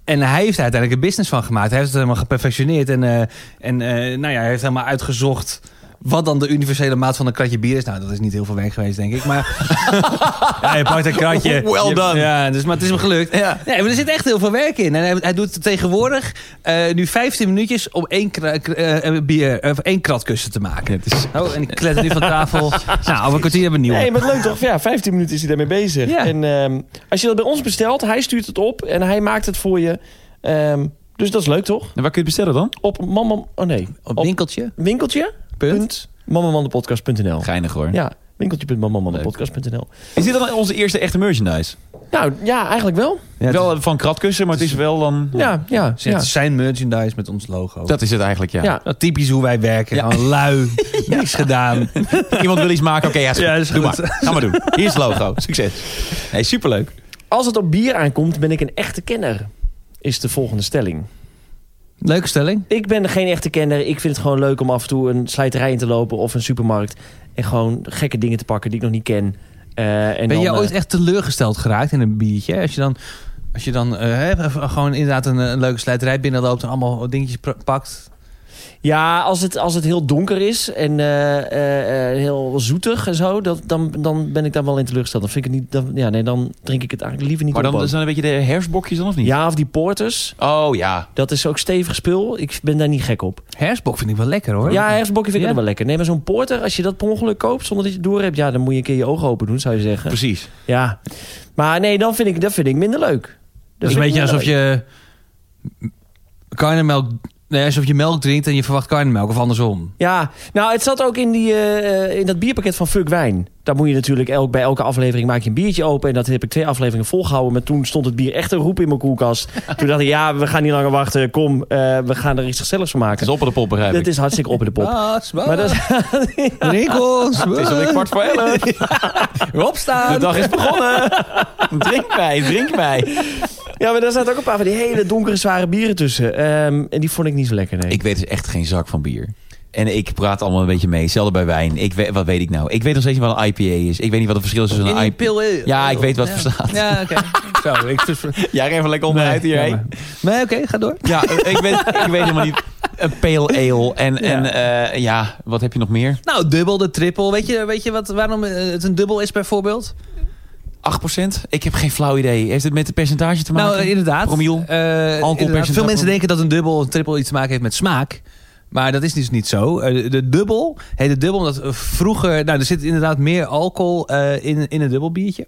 En hij heeft er uiteindelijk een business van gemaakt. Hij heeft het helemaal geperfectioneerd. En, uh, en uh, nou ja, hij heeft helemaal uitgezocht wat dan de universele maat van een kratje bier is. Nou, dat is niet heel veel werk geweest, denk ik. Maar ja, je pakt een kratje. Well je, done. Ja, dus, maar het is hem gelukt. Ja. Nee, maar er zit echt heel veel werk in. En hij, hij doet tegenwoordig uh, nu vijftien minuutjes om één, kra- uh, bier, uh, één kratkussen te maken. Ja, het is... Oh, en ik kletter nu van tafel. Nou, over een kwartier hebben we een nieuwe. Nee, maar leuk toch? Ja, vijftien minuten is hij daarmee bezig. Ja. En um, als je dat bij ons bestelt, hij stuurt het op en hij maakt het voor je. Um, dus dat is leuk, toch? En waar kun je het bestellen dan? Op mama... Oh nee. Op op winkeltje. winkeltje. Punt. mamamandepodcast punt n l. Geinig hoor. Ja, winkeltje punt mamamandepodcast punt n l. Is dit dan onze eerste echte merchandise? Nou, ja, eigenlijk wel. Ja, wel is... van kratkussen, maar het is wel dan... Ja, ja. Het ja. is zijn merchandise met ons logo. Dat is het eigenlijk, ja. ja. Nou, typisch hoe wij werken. Ja. Gewoon lui. Niks gedaan. Iemand wil iets maken, oké, okay, ja, Ja, ja is doe goed. maar. Ga maar doen. Hier is het logo. Succes. Nee, superleuk. Als het op bier aankomt, ben ik een echte kenner. Is de volgende stelling. Leuke stelling. Ik ben geen echte kenner. Ik vind het gewoon leuk om af en toe een slijterij in te lopen of een supermarkt. En gewoon gekke dingen te pakken die ik nog niet ken. Uh, en Ben dan, je ooit uh, echt teleurgesteld geraakt in een biertje? Als je dan, als je dan uh, hè, gewoon inderdaad een, een leuke slijterij binnenloopt en allemaal dingetjes pr- pakt. Ja, als het, als het heel donker is en uh, uh, uh, heel zoetig en zo, dat, dan, dan ben ik daar wel in teleurgesteld. Dan vind ik het niet. Dan, ja, nee, dan drink ik het eigenlijk liever niet Maar op. dan ook. zijn een beetje de herfstbokjes dan of niet? Ja, of die porters. Oh ja. Dat is ook stevig spul. Ik ben daar niet gek op. Hersbok vind ik wel lekker hoor. Ja, herfstbokje vind ik Ja. ook wel lekker. Nee, maar zo'n porter, als je dat per ongeluk koopt zonder dat je het door hebt, ja, dan moet je een keer je ogen open doen, zou je zeggen. Precies. Ja. Maar nee, dan vind ik, dat vind ik minder leuk. Dat is een beetje alsof je karnemelk, nee, alsof je melk drinkt en je verwacht karnemelk of andersom. Ja, nou, het zat ook in, die, uh, in dat bierpakket van Fuck Wijn. Daar moet je natuurlijk elk, bij elke aflevering maak je een biertje open. En dat heb ik twee afleveringen volgehouden. Maar toen stond het bier echt een roep in mijn koelkast. Toen dacht ik, ja, we gaan niet langer wachten. Kom, uh, we gaan er iets gezelligs van maken. Het is op de pop, begrijp Dat ik. is hartstikke op in de pop. Bas, Bas. Maar dat, Drink ons. Het is alweer kwart voor elf. Opstaan. De dag is begonnen. Drink mij, drink mij. ja, maar daar zaten ook een paar van die hele donkere, zware bieren tussen. Um, en die vond ik niet zo lekker, nee. Ik weet dus echt geen zak van bier. En ik praat allemaal een beetje mee. Hetzelfde bij wijn. Ik weet, wat weet ik nou? Ik weet nog steeds niet wat een I P A is. Ik weet niet wat het verschil is tussen een I P A... Ja, ik weet wat het verstaat. Ja, oké. Zo, ik... Jij even lekker onderuit Nee, hierheen. ja, maar- Nee, oké, ga door. Ja, ik weet, ik weet helemaal niet. Een pale ale. En, Ja. en uh, ja, wat heb je nog meer? Nou, dubbel, de triple. Weet je, weet je wat, waarom het een dubbel is bijvoorbeeld? acht procent? Ik heb geen flauw idee. Heeft het met het percentage te maken? Nou, inderdaad. Promiel? Uh, inderdaad. Veel mensen denken dat een dubbel of een triple iets te maken heeft met smaak. Maar dat is dus niet zo. Uh, de dubbel heet de dubbel omdat vroeger... Nou, er zit inderdaad meer alcohol uh, in, in een dubbel biertje.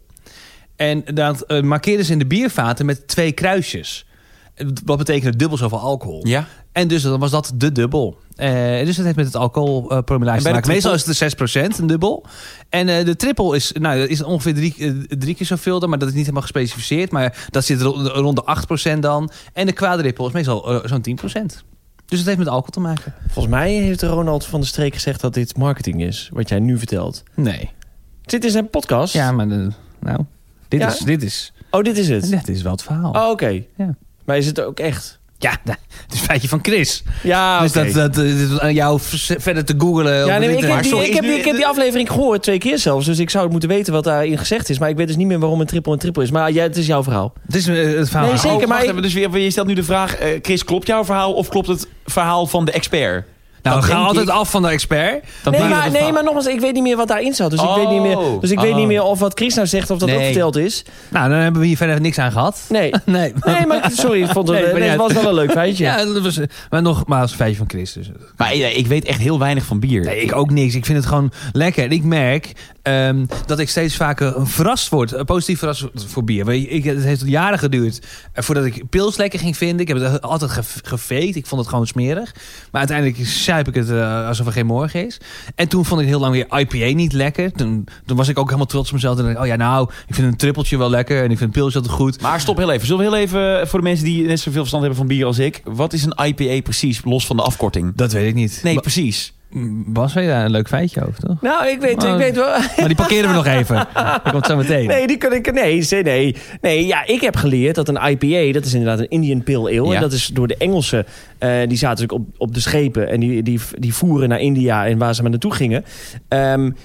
En dat uh, markeerden ze in de biervaten met twee kruisjes. Wat betekent dubbel zoveel alcohol. Ja. En dus dan was dat de dubbel. Uh, dus het heeft met het alcoholpromillage uh, te maken. Meestal is het de zes procent, een dubbel. En uh, de triple is, nou, dat is ongeveer drie, uh, drie keer zoveel dan. Maar dat is niet helemaal gespecificeerd. Maar dat zit rond, rond de acht procent dan. En de quadruple is meestal uh, zo'n tien procent. Dus het heeft met alcohol te maken. Volgens mij heeft Ronald van der Streek gezegd dat dit marketing is. Wat jij nu vertelt. Nee. Zit in zijn podcast? Ja, maar de, nou, dit, Ja? is, dit, is, Oh, dit is het? dit is wel het verhaal. Oh, oké. Okay. Ja. Maar is het ook echt? Ja, het is een feitje van Chris. Ja, dus oké. dat, dat, dat is aan jou verder te googlen. Ja, nee, ik, heb die, sorry, ik, heb die, ik heb die aflevering gehoord, twee keer zelfs. Dus ik zou moeten weten wat daarin gezegd is. Maar ik weet dus niet meer waarom een triple een triple is. Maar ja, het is jouw verhaal. Het is uh, het verhaal. Nee, zeker. Oh, maar wacht ik- even, dus weer, je stelt nu de vraag... Uh, Chris, klopt jouw verhaal of klopt het verhaal van de expert? Nou, we Dat gaan denk altijd ik. af van de expert. Dan Nee, denk ik maar, dat nee, het maar nogmaals, ik weet niet meer wat daarin zat. Dus ik Oh. weet niet meer, dus ik weet Oh. niet meer of wat Chris nou zegt of dat Nee. ook verteld is. Nou, dan hebben we hier verder niks aan gehad. Nee. Nee, Nee, maar sorry, ik vond het, Nee, nee, maar het ja. was wel een leuk feitje. Ja, dat was, maar nogmaals, een feitje van Chris. Dus. Maar ja, ik weet echt heel weinig van bier. Nee, ik ook niks. Ik vind het gewoon lekker. En ik merk um, dat ik steeds vaker verrast word. uh, Positief verrast word voor bier. Want Ik, het heeft jaren geduurd uh, voordat ik pils lekker ging vinden. Ik heb het altijd ge- gefaked. Ik vond het gewoon smerig. Maar uiteindelijk suip ik het uh, alsof er geen morgen is. En toen vond ik heel lang weer I P A niet lekker. Toen, toen was ik ook helemaal trots op mezelf. En dacht ik, oh ja, nou, ik vind een trippeltje wel lekker. En ik vind een pilsje altijd goed. Maar stop heel even. Zullen we heel even, voor de mensen die net zoveel verstand hebben van bier als ik... wat is een I P A precies, los van de afkorting? Dat weet ik niet. Nee, Ba- precies. Bas, weet je daar een leuk feitje over, toch? Nou, ik weet, Oh. ik weet wel. Maar die parkeren we nog even. Dat komt zo meteen. Nee, die kan ik. Nee, nee, nee. Nee, ja, ik heb geleerd dat een I P A, dat is inderdaad een Indian Pale Ale. Ja. En dat is door de Engelsen. Uh, die zaten natuurlijk op, op de schepen en die, die, die voeren naar India en waar ze maar naartoe gingen. Um,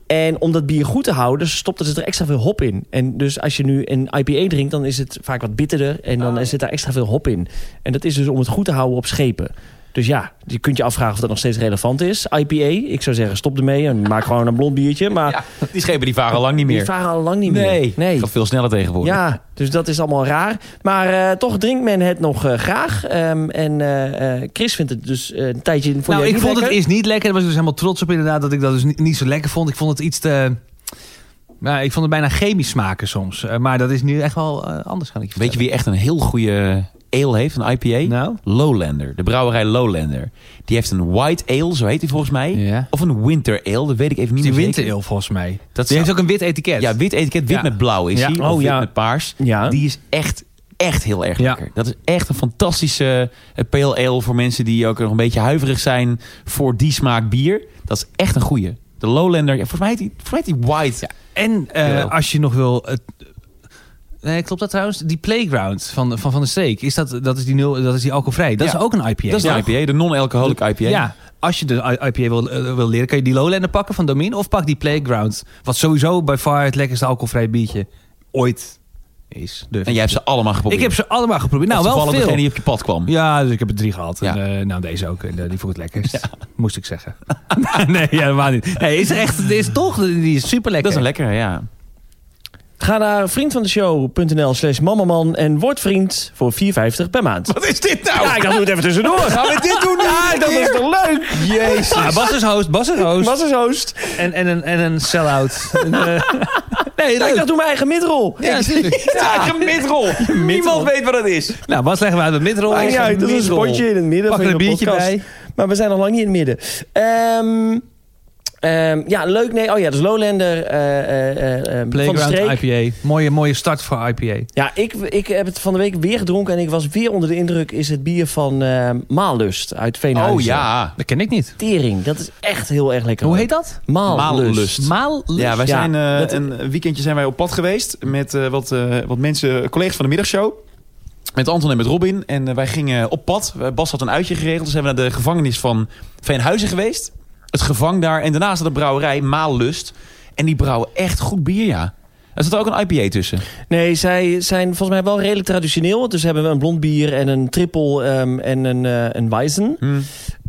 En om dat bier goed te houden, stopten ze er extra veel hop in. En dus als je nu een I P A drinkt, dan is het vaak wat bitterder. En dan oh. zit daar extra veel hop in. En dat is dus om het goed te houden op schepen. Dus ja, je kunt je afvragen of dat nog steeds relevant is. I P A, ik zou zeggen stop ermee en maak gewoon een blond biertje. Maar ja, die schepen die varen al lang niet meer. Die varen al lang niet meer. Nee, nee. Gaat veel sneller tegenwoordig. Ja, dus dat is allemaal raar. Maar uh, toch drinkt men het nog uh, graag. Um, en uh, uh, Chris vindt het dus uh, een tijdje... Vond nou, ik vond lekker? het eerst niet lekker. Daar was ik dus helemaal trots op inderdaad dat ik dat dus niet, niet zo lekker vond. Ik vond het iets te... Nou, ik vond het bijna chemisch smaken soms. Uh, maar dat is nu echt wel uh, anders, kan ik je Weet je wie echt een heel goede ale heeft, een I P A? Nou? Lowlander, de brouwerij Lowlander. Die heeft een white ale, zo heet die volgens mij. Ja. Of een winter ale, dat weet ik even niet die meer winter zeker. ale volgens mij. Dat die zou... heeft ook een wit etiket. Ja, wit etiket, wit ja. met blauw is ja. hij. Oh, of ja. wit met paars. Ja. Die is echt, echt heel erg ja. lekker. Dat is echt een fantastische uh, pale ale voor mensen die ook nog een beetje huiverig zijn voor die smaak bier. Dat is echt een goeie. De Lowlander, ja, volgens mij heet die, volgens mij heet die white. Ja. En uh, als je nog wil... Uh, nee, klopt dat trouwens? Die Playground van, van Van de Streek, is dat, dat, is die nul, dat is die alcoholvrij. Dat ja. is ook een I P A. Dat is een I P A, de non-alcoholic I P A. Ja, als je de I P A wil, uh, wil leren, kan je die Lowlander pakken van Domine of pak die Playground. Wat sowieso by far het lekkerste alcoholvrij biertje ooit is. En jij hebt ze allemaal geprobeerd? Ik heb ze allemaal geprobeerd. Nou, wel veel. degene die op je pad kwam? Ja, dus ik heb er drie gehad. Ja. En, uh, nou, deze ook. En, uh, die vond ik het lekkerst. Ja. Moest ik zeggen. nee, ja, helemaal niet. Nee, is echt, is toch, die is super lekker. Dat is een lekkere, ja. Ga naar vriendvandeshow.nl slash mammaman en word vriend voor vier vijftig per maand. Wat is dit nou? Ja, ik doe het even tussendoor. Gaan we dit doen? Ja, dat is toch leuk? Jezus. Ja, Bas is host, Bas is host. Bas is host. En, en, een, en een sell-out. En, uh, nee, ja, ik dacht doe mijn eigen midrol. Ja, natuurlijk. Ja, eigen midrol. Niemand weet wat het is. Nou, Bas leggen we uit het midrol. Maakt niet uit, dat is een spotje in het midden Pak van er een je biertje podcast. bij. Maar we zijn nog lang niet in het midden. Um, um, ja, leuk. Nee, oh ja, dus Lowlander uh, uh, uh, Playground van de streek. I P A. Mooie, mooie start voor I P A. Ja, ik, ik heb het van de week weer gedronken en ik was weer onder de indruk. Is het bier van uh, Maallust uit Veenhuizen. Oh ja. Dat ken ik niet. Tering, dat is echt heel erg lekker. Hoe heet dat? Maallust. Maallust. Ja, wij Ja, zijn uh, dat... een weekendje zijn wij op pad geweest met uh, wat, uh, wat mensen, collega's van de middagshow. Met Anton en met Robin. En uh, wij gingen op pad. Bas had een uitje geregeld. Dus zijn we naar de gevangenis van Veenhuizen geweest. Het gevang daar. En daarnaast de brouwerij Maallust. En die brouwen echt goed bier, ja. Er zit er ook een I P A tussen. Nee, zij zijn volgens mij wel redelijk traditioneel. Dus hebben we een blond bier en een triple um, en een, uh, een Weizen. Hmm.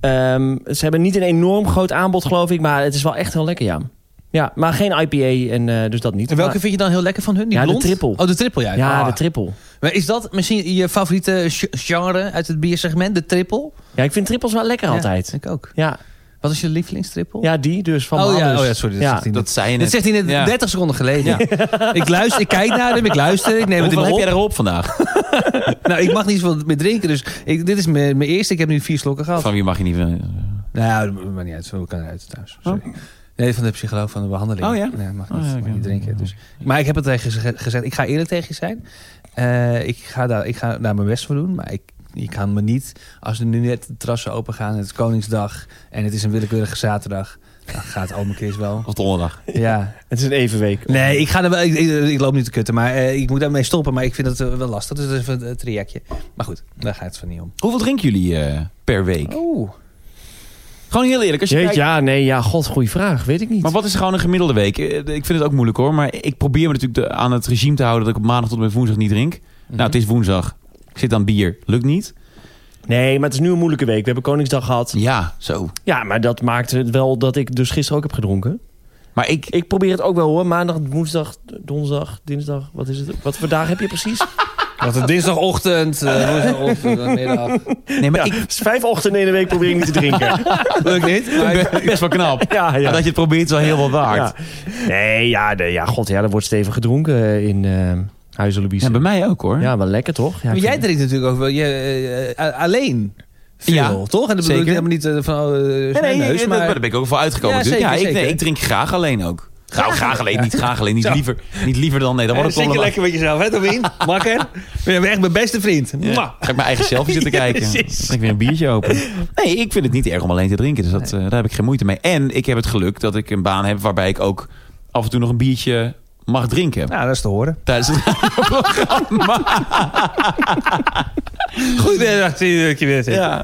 Um, ze hebben niet een enorm groot aanbod, geloof ik. Maar het is wel echt heel lekker, ja. Ja, maar geen I P A en uh, dus dat niet. En welke maar... vind je dan heel lekker van hun? Die ja, blond? de triple. Oh, de triple, ja. Ja, ah. de triple. Maar is dat misschien je favoriete genre uit het biersegment? De triple? Ja, ik vind trippels wel lekker ja, altijd. Ik ook. Ja. Wat is je lievelingstrippel? Ja, die dus van oh, ja, Maallust. oh ja, sorry. Dat, ja. zegt hij Dat net. zei je net. Dat zegt hij net ja. dertig seconden geleden. Ja. ik luister, ik kijk naar hem, ik luister, ik neem het in Hoeveel me heb op. jij erop vandaag? Nou, ik mag niet zoveel meer drinken, dus ik, dit is mijn, mijn eerste. Ik heb nu vier slokken gehad. Van wie mag je niet... Uh... Nou, dat maakt niet uit. Zo kan eruit thuis. Sorry. Oh. Nee, van de psycholoog van de behandeling. Oh ja? Nee, mag niet, oh, ja, mag okay. niet drinken. Dus. Maar ik heb het tegen ze gezegd. Ik ga eerlijk tegen je zijn. Uh, ik, ga daar, ik ga daar mijn best voor doen. Maar ik, je kan me niet... Als er nu net de terrassen open gaan... Het is Koningsdag. En het is een willekeurige zaterdag. Dan gaat Ome Chris wel. Of donderdag. Ja. Het is een evenweek. Nee, ik, ga er wel, ik, ik, ik loop niet te kutten. Maar uh, ik moet daarmee stoppen. Maar ik vind het uh, wel lastig. Dus dat is even een trajectje. Maar goed, daar gaat het van niet om. Hoeveel drinken jullie uh, per week? Oeh. Gewoon heel eerlijk. Als je Jeet, kijkt... Ja, nee, ja, god, goede vraag. Weet ik niet. Maar wat is gewoon een gemiddelde week? Ik vind het ook moeilijk hoor. Maar ik probeer me natuurlijk de, aan het regime te houden... dat ik op maandag tot en met woensdag niet drink. Mm-hmm. Nou, het is woensdag. Ik zit aan bier. Lukt niet. Nee, maar het is nu een moeilijke week. We hebben Koningsdag gehad. Ja, zo. Ja, maar dat maakt het wel dat ik dus gisteren ook heb gedronken. Maar ik... Ik probeer het ook wel hoor. Maandag, woensdag, donderdag, dinsdag. Wat is het? Wat voor dagen heb je precies? Wat een dinsdagochtend, uh, woensdagochtend, middag. Nee, maar ja, ik... Dus vijf ochtenden in de week probeer ik niet te drinken. Lukt niet. Maar best wel knap. Ja, ja. Maar dat je het probeert is wel heel wat waard. Ja. Nee, ja, de, ja, god, ja, er wordt stevig gedronken in uh, Huizen Louise. Ja, bij mij ook hoor. Ja, wel lekker toch? Ja, maar jij drinkt natuurlijk ook wel je, uh, alleen veel, ja, toch? En dat bedoel ik helemaal niet uh, van uh, nee, nee, neus, nee, maar... daar ben ik ook voor uitgekomen. Ja, dus zeker, ja, ik, zeker. nee, ik drink graag alleen ook. Graag, graag alleen, niet graag alleen. Niet Zo. liever, niet liever dan nee. Dan wordt het Zit je allemaal... lekker met jezelf, hè, Tomien? Makker? Ben je echt mijn beste vriend? Ja. Ga ik mijn eigen selfie zitten kijken. Dan Precies. trek ik weer een biertje open. Nee, ik vind het niet erg om alleen te drinken. Dus dat, nee. uh, daar heb ik geen moeite mee. En ik heb het geluk dat ik een baan heb waarbij ik ook af en toe nog een biertje mag drinken. Ja, dat is te horen. Tijdens het programma. Goed, dat je weer zit. Ja.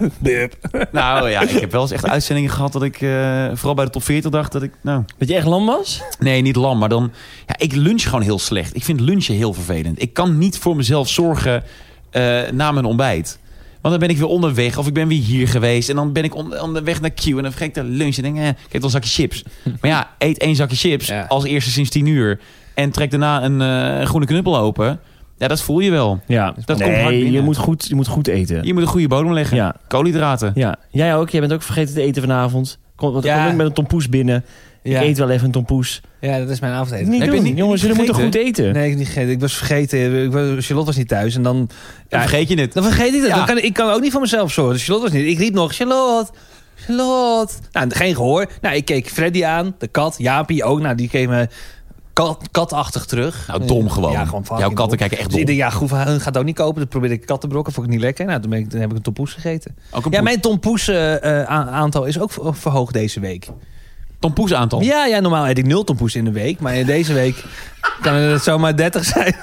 Nou ja, ik heb wel eens echt uitzendingen gehad dat ik, uh, vooral bij de top veertig dacht dat ik, nou... Dat je echt lam was? Nee, niet lam, maar dan... Ja, ik lunch gewoon heel slecht. Ik vind lunchen heel vervelend. Ik kan niet voor mezelf zorgen uh, na mijn ontbijt. Want dan ben ik weer onderweg of ik ben weer hier geweest. En dan ben ik on- onderweg naar Q en dan vergeet ik de lunch en denk eh, ik heb wel een zakje chips. Maar ja, eet één zakje chips ja. als eerste sinds tien uur. En trek daarna een uh, groene knuppel open. Ja, dat voel je wel. Ja, dat nee, komt hard binnen. Je moet, goed, je moet goed eten. Je moet een goede bodem leggen. Ja. Koolhydraten. Ja, jij ook. Jij bent ook vergeten te eten vanavond. Kom, wat, ja. kom ik met een tompoes binnen. Ja. Ik eet wel even een tompoes. Ja, dat is mijn avondeten. Niet doen. Niet, jongens, jullie moeten goed eten. Nee, ik heb niet gegeten. Ik was vergeten. Ik was, Charlotte was niet thuis. En dan, dan ja, vergeet je het. Dan vergeet ik het. Ja. Dan kan, ik kan ook niet voor mezelf zorgen. Dus Charlotte was niet. Ik riep nog, Charlotte, Charlotte. Nou, geen gehoor. Nou, ik keek Freddy aan. De kat. Jaapie ook. Nou, die keek me kat, katachtig terug. Nou, dom gewoon. Ja, gewoon jouw katten dom. Kijken echt dom. Dus ik dacht, ja, goed, hun gaat ook niet kopen. Dan probeerde ik kattenbrokken. Vond ik niet lekker. Nou, toen, ben ik, toen heb ik een tompoes gegeten. Ook een ja, mijn tompoes uh, uh, aantal is ook verhoogd deze week. Tompoes aantal? Ja, ja, normaal eet ik nul tompoes in de week. Maar in deze week kan het zomaar dertig zijn.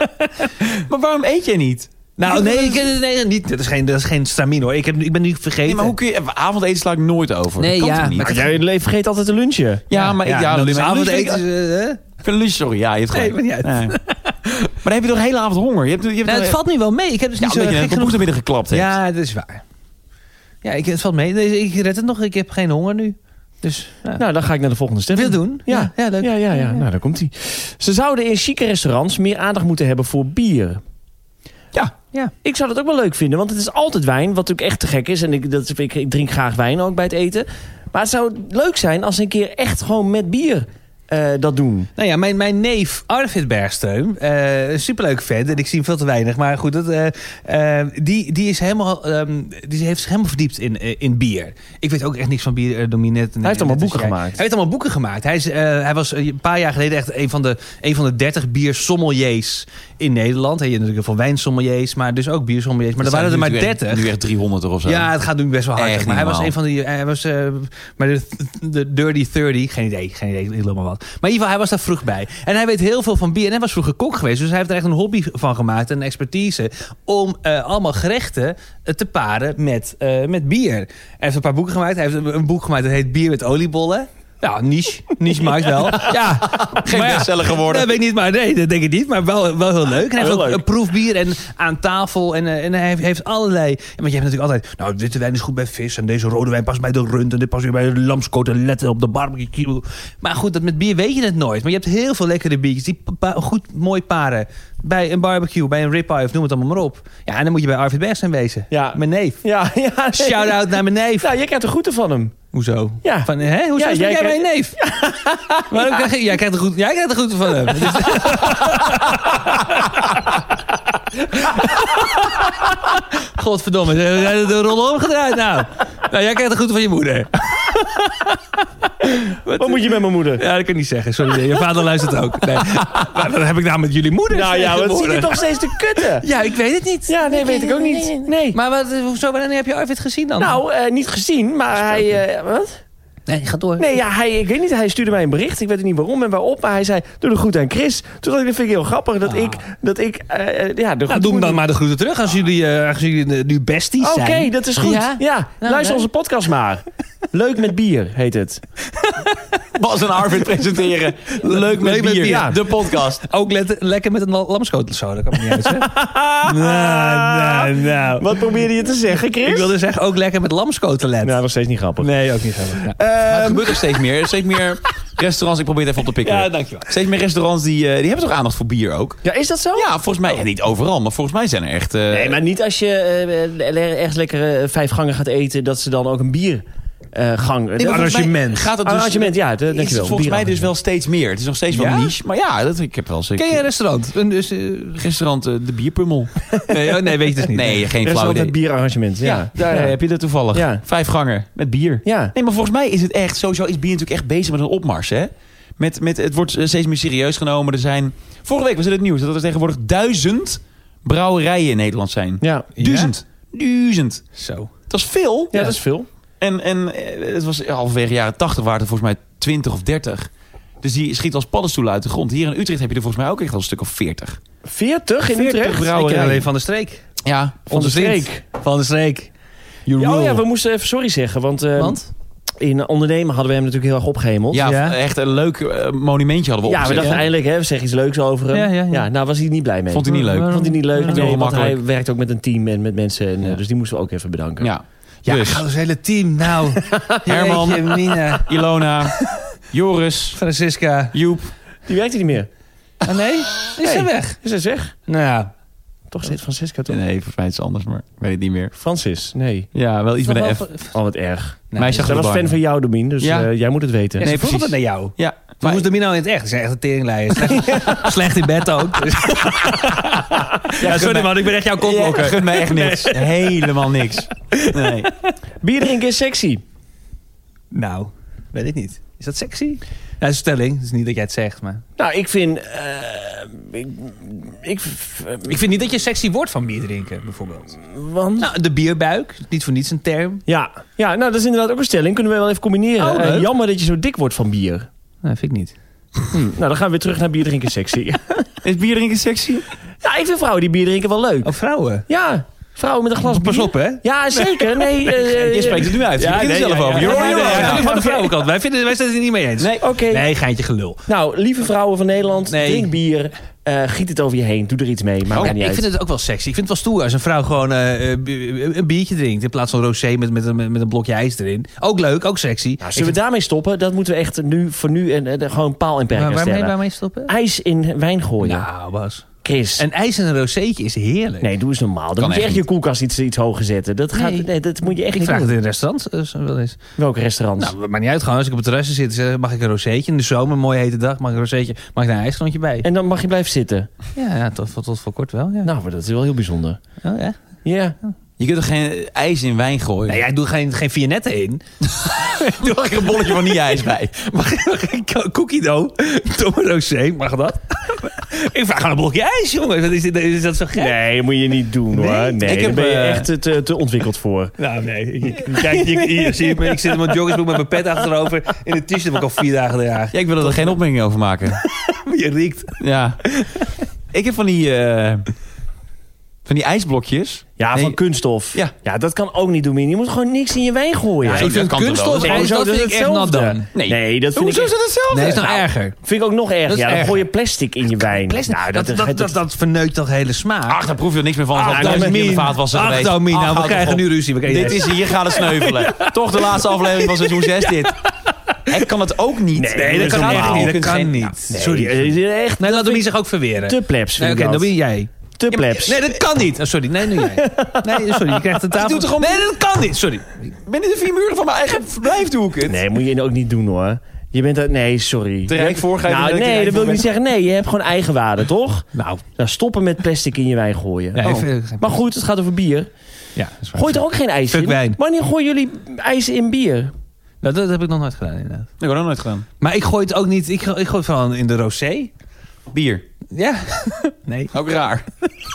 Maar waarom eet je niet? Nou, nee, ik, nee niet. Dat is geen, dat is geen stramine hoor. Ik, heb, ik ben nu vergeten. Nee, maar hoe kun je... Avondeten sla ik nooit over. Nee, dat kan ja. Niet? Maar jij vergeet altijd te lunchen. Ja, ja maar ja, ik... Ja, ja, dus avondeten... Uh, ik vind lunch, sorry. Ja, je hebt nee, gelijk. Nee, maar niet uit. Nee. Maar dan heb je toch de hele avond honger? Je hebt, je hebt nou, het valt nu wel mee. Ik heb dus ja, niet zo je gek genoeg naar midden geklapt hebt. Ja, dat is waar. Ja, ik, het valt mee. Ik red het nog. Ik heb geen honger nu. Dus, ja. Nou, dan ga ik naar de volgende stelling. Wil doen? Ja, ja, leuk. Ja, ja, ja. Nou, daar komt hij. Ze zouden in chique restaurants meer aandacht moeten hebben voor bier. Ja, ja, ik zou dat ook wel leuk vinden. Want het is altijd wijn, wat natuurlijk echt te gek is. En ik, dat, ik, ik drink graag wijn ook bij het eten. Maar het zou leuk zijn als ze een keer echt gewoon met bier... Uh, dat doen. Nou ja, mijn, mijn neef Arvid Bergstreum, uh, een superleuk vent en ik zie hem veel te weinig, maar goed, dat, uh, uh, die, die, is helemaal, um, die heeft zich helemaal verdiept in, uh, in bier. Ik weet ook echt niks van bier, uh, Dominet. Hij heeft allemaal boeken jij. gemaakt. Hij heeft allemaal boeken gemaakt. Hij, is, uh, hij was een paar jaar geleden echt een van de, een van de dertig biersommeliers in Nederland. Je hebt natuurlijk veel wijnsommeliers, maar dus ook biersommeliers. Maar er waren er maar dertig. Nu echt driehonderd of zo. Ja, het gaat nu best wel hard. Echt maar hij was een van die, hij was uh, maar de, de Dirty dertig, geen idee, geen idee, helemaal wat. Maar in ieder geval, hij was daar vroeg bij. En hij weet heel veel van bier. En hij was vroeger kok geweest. Dus hij heeft er echt een hobby van gemaakt. Een expertise. Om uh, allemaal gerechten uh, te paren met, uh, met bier. Hij heeft een paar boeken gemaakt. Hij heeft een, een boek gemaakt dat heet Bier met oliebollen. Ja, niche. Niche maakt wel. Ja, geen ja, bestseller geworden. Dat weet ik niet, maar nee, dat denk ik niet. Maar wel, wel heel leuk. En hij heeft ook een proefbier en aan tafel. En, uh, en hij heeft, heeft allerlei... Want je hebt natuurlijk altijd... Nou, witte wijn is goed bij vis. En deze rode wijn past bij de rund. En dit past weer bij de lamskoteletten op de barbecue. Maar goed, dat met bier weet je het nooit. Maar je hebt heel veel lekkere biertjes die pa- goed mooi paren. Bij een barbecue, bij een ribeye of noem het allemaal maar op. Ja, en dan moet je bij Arvid Bergstreum wezen. Ja. Mijn neef. Ja, ja, nee. Shout-out naar mijn neef. Nou, jij krijgt de groeten van hem. Hoezo? Ja. Van, hè? Hoezo ja, jij, jij krijgt... mijn neef? Ja. Maar ja. Krijg je, jij, krijgt de groeten, jij krijgt de groeten van hem. Godverdomme, de, de rol omgedraaid nou. Nou, jij krijgt de groeten van je moeder. Wat, Wat moet je met mijn moeder? Ja, dat kan ik niet zeggen. Sorry, je vader luistert ook. Nee. Maar wat heb ik nou met jullie moeder? Nou ja, wat zie je toch steeds te kutten? Ja, ik weet het niet. Ja, nee, weet ik ook niet. Nee. Maar wat, hoezo, wanneer heb je Arvid gezien dan? Nou, uh, niet gezien, maar hij... Uh, wat? Nee, ga door. Nee, ja, hij, ik weet niet, hij stuurde mij een bericht. Ik weet niet waarom en waarop. Maar hij zei, doe de groet aan Chris. Toen dacht ik, dat vind ik heel grappig. Dat ah. ik, dat ik, uh, ja, de nou, doe hem dan maar de groeten terug. Als jullie, uh, als jullie nu besties zijn. Oké, okay, dat is goed. Ja, ja. Nou, luister nee. onze podcast maar. Leuk met bier, heet het. Bas en Arvid presenteren. Leuk, Leuk met, met bier. bier. Ja, de podcast. Ook let, lekker met een lamschotel zo. Dat kan me niet uit, hè? nou, nou, nou. Wat probeerde je te zeggen, Chris? Ik wilde zeggen, ook lekker met lamscotelet. Nou, nog steeds niet grappig. Nee, ook niet grappig. Ja. Uh, maar het gebeurt er steeds meer. Steeds meer restaurants. Ik probeer het even op te pikken. Ja, dankjewel. Steeds meer restaurants die, uh, die hebben toch aandacht voor bier ook? Ja, is dat zo? Ja, volgens mij. Ja, niet overal, maar volgens mij zijn er echt... Uh... Nee, maar niet als je uh, echt lekkere uh, vijf gangen gaat eten, dat ze dan ook een bier... Uh, gang. Nee, arrangement. Gaat het dus, arrangement, ja. Dat denk je wel. Volgens mij dus wel steeds meer. Het is nog steeds wel ja? niche. Maar ja, dat, ik heb wel zeker... Ken je een restaurant? Een dus, uh, restaurant uh, De Bierpummel. nee, oh, nee, weet je dus niet. Nee, nee. geen flauw idee. Met bierarrangement, ja. ja daar ja. heb je dat toevallig. Ja. Vijf gangen met bier. Ja. Nee, maar volgens mij is het echt... Sowieso is bier natuurlijk echt bezig met een opmars, hè? Met, met, het wordt steeds meer serieus genomen. Er zijn... Vorige week was het het nieuws dat er tegenwoordig duizend brouwerijen in Nederland zijn. Ja. Duizend. Ja? Duizend. Zo. Dat is veel. Ja, ja, dat is veel. En, en het was halverwege jaren tachtig waren er volgens mij twintig of dertig. Dus die schiet als paddenstoelen uit de grond. Hier in Utrecht heb je er volgens mij ook echt al een stuk of veertig. veertig in veertig Utrecht? Brouwerijen alleen van de streek. Ja, Van de streek. Van de streek. You Ja, oh rule. ja, we moesten even sorry zeggen. Want, uh, Want? in ondernemen hadden we hem natuurlijk heel erg opgehemeld. Ja, Ja. echt een leuk uh, monumentje hadden we Ja, we opgezet. dachten eindelijk, hè, we zeggen iets leuks over hem. Ja, ja, ja. nou was hij niet blij mee. Vond hij niet leuk. Vond hij niet leuk, Ja, nee, heel want makkelijk. hij werkt ook met een team en met mensen. En, uh, Ja. Dus die moesten we ook even bedanken. Ja. Ja, Dus, gaat ons hele team. Nou, Herman. Jeetje, Mina, Ilona, Joris, Francisca. Joep. Die werkt hij niet meer. Ah, nee? Is hij Nee. weg? Is hij weg? Nou ja. Toch steeds Francisca, toch? Nee, volgens mij is het anders, maar ik weet het niet meer. Francis, nee. Ja, wel iets met een F. Oh, wat erg. Meisje achter Dat de was bar. fan van jou, Domien, dus Ja. uh, jij moet het weten. Ja, Nee, ze vroegen precies. het naar jou. Ja, Toen maar, moest Domino in het echt. Ze zijn echt een teringleier. Slecht, slecht in bed ook. Dus. Ja, sorry man, ik ben echt jouw ja, kokblokker. gun mij echt niks. Helemaal niks. Nee. Bier drinken is sexy. Nou, weet ik niet. Is dat sexy? Ja, dat is een stelling. Het is niet dat jij het zegt, maar... Nou, ik vind... Uh, ik, ik, Ik vind niet dat je sexy wordt van bier drinken, bijvoorbeeld. want... Nou, de bierbuik. Niet voor niets een term. Ja. ja, nou dat is inderdaad ook een stelling. Kunnen we wel even combineren. Oh, Uh, leuk. jammer dat je zo dik wordt van bier. Nee, vind ik niet. Hm, nou, dan gaan we weer terug naar bier drinken sexy. Is bier drinken sexy? Ja, ik vind vrouwen die bier drinken wel leuk. Oh, vrouwen. Ja, vrouwen met een glas bier. Pas op, hè? Ja, zeker. Nee, uh, Je spreekt het nu uit. Je begint er nee, zelf ja, over. ja, Joh, ja, joh, ja, joh. ja, ja. Van de vrouwenkant. Wij, vinden, wij zijn het er niet mee eens. Nee. Oké. Nee, geintje gelul. Nou, lieve vrouwen van Nederland, Nee. drink bier. Uh, giet het over je heen. Doe er iets mee. Maakt Oh, mij niet ik uit. vind het ook wel sexy. Ik vind het wel stoer als een vrouw gewoon uh, een biertje drinkt. In plaats van rosé met, met, met, met een blokje ijs erin. Ook leuk, ook sexy. Nou, zullen we daarmee stoppen? Dat moeten we echt nu voor nu en, en, gewoon paal en perk aan waarmee, stellen. waarmee stoppen? IJs in wijn gooien. Nou, Bas. Chris. Een ijs en een rozeetje is heerlijk. Nee, doe eens normaal. Dan Kan moet je echt echt je niet. koelkast iets, iets hoger zetten. Dat, gaat, Nee. nee, dat moet je echt Ik niet vraag doen. het in een restaurant uh, wel eens. Welke restaurants? Nou, maar niet uit gewoon. Als ik op het terrasje zit, zeg, mag ik een rozeetje. In de zomer, een mooie hete dag, mag ik een rozeetje. Mag ik daar een ijsgrondje bij? En dan mag je blijven zitten. Ja, ja tot, tot voor kort wel. Ja. Nou, maar dat is wel heel bijzonder. Oh, ja? Ja. Je kunt er geen ijs in wijn gooien. Nee, jij doet geen, geen Viennette in. Doe er een bolletje van niet ijs bij. Mag ik een cookie dough? Domme rosé, mag dat? Ik vraag gewoon een blokje ijs, jongen. Wat is, dit, is dat zo gek? Nee, dat moet je niet doen hoor. Nee, Nee, ik daar heb, ben je uh, echt te, te ontwikkeld voor. Nou, nee. Ik- Kijk, hier, hier zie je me. Ik zit in mijn joggingsbroek met mijn pet achterover. In een t-shirt dat ik al vier dagen draag. Ja, ik wil er geen opmerking over maken. Je riekt. Ja. Ik heb van die, uh, van die ijsblokjes. Ja, Nee. van kunststof. Ja. ja, dat kan ook niet doen. Je moet gewoon niks in je wijn gooien. Ja, ik vind kan toch wel? kunststof Nee, ijs, hoezo? dat Dat vind is ik echt nat hetzelfde. dan. Nee, nee dat vind Hoezo ik is het hetzelfde? Nee, dat is nog Nou, erger. Vind ik ook nog erger. Dat is Ja, dan erger. gooi je plastic in je wijn. Plastic, Nou, dat, dat, dat, dat, verneukt toch de hele smaak? Ach, daar proef je er niks meer van. Ach, Dat dat is is niet in de Min. vaatwasser Ach, geweest. Domien, nou, Ach, we houd krijgen toch nu op. ruzie. We krijgen Dit is hier gaat het sneuvelen. Toch de laatste aflevering van seizoen zes dit. Ik kan het ook niet. Nee, Nee, dat dat kan is echt normaal. niet. Dat Je kunt kan geen- niet. Nee, Sorry. eh, echt Nee, laat Domien zich ook verweren. te plebs Nee, vind oké, ik dat. Domien, jij. Te plebs. Nee, dat kan niet. Oh, sorry, nee, nu jij. Nee, sorry, je krijgt een tafel. doe toch gewoon- Nee, dat kan niet. Sorry. Binnen de vier muren van mijn eigen verblijf doe ik het. Nee, moet je ook niet doen hoor. Je bent er... Nee, sorry. Te rijk voor, ga je Nou, er- te nee, rijk dat wil ik voor niet zeggen. Nee, je hebt gewoon eigenwaarde, toch? Nou, Nou, stoppen met plastic in je wijn gooien. ja, Oh. even, Maar goed, het gaat over bier. Ja, dat is waar. Gooi er ook geen ijs Fuck in. wijn. Wanneer gooien jullie ijs in bier? Nou, dat heb ik nog nooit gedaan, inderdaad. Dat heb ik ook nooit gedaan. Maar ik gooi het ook niet... Ik, go- ik gooi het van in de rosé. Bier. Ja. Nee. Ook raar.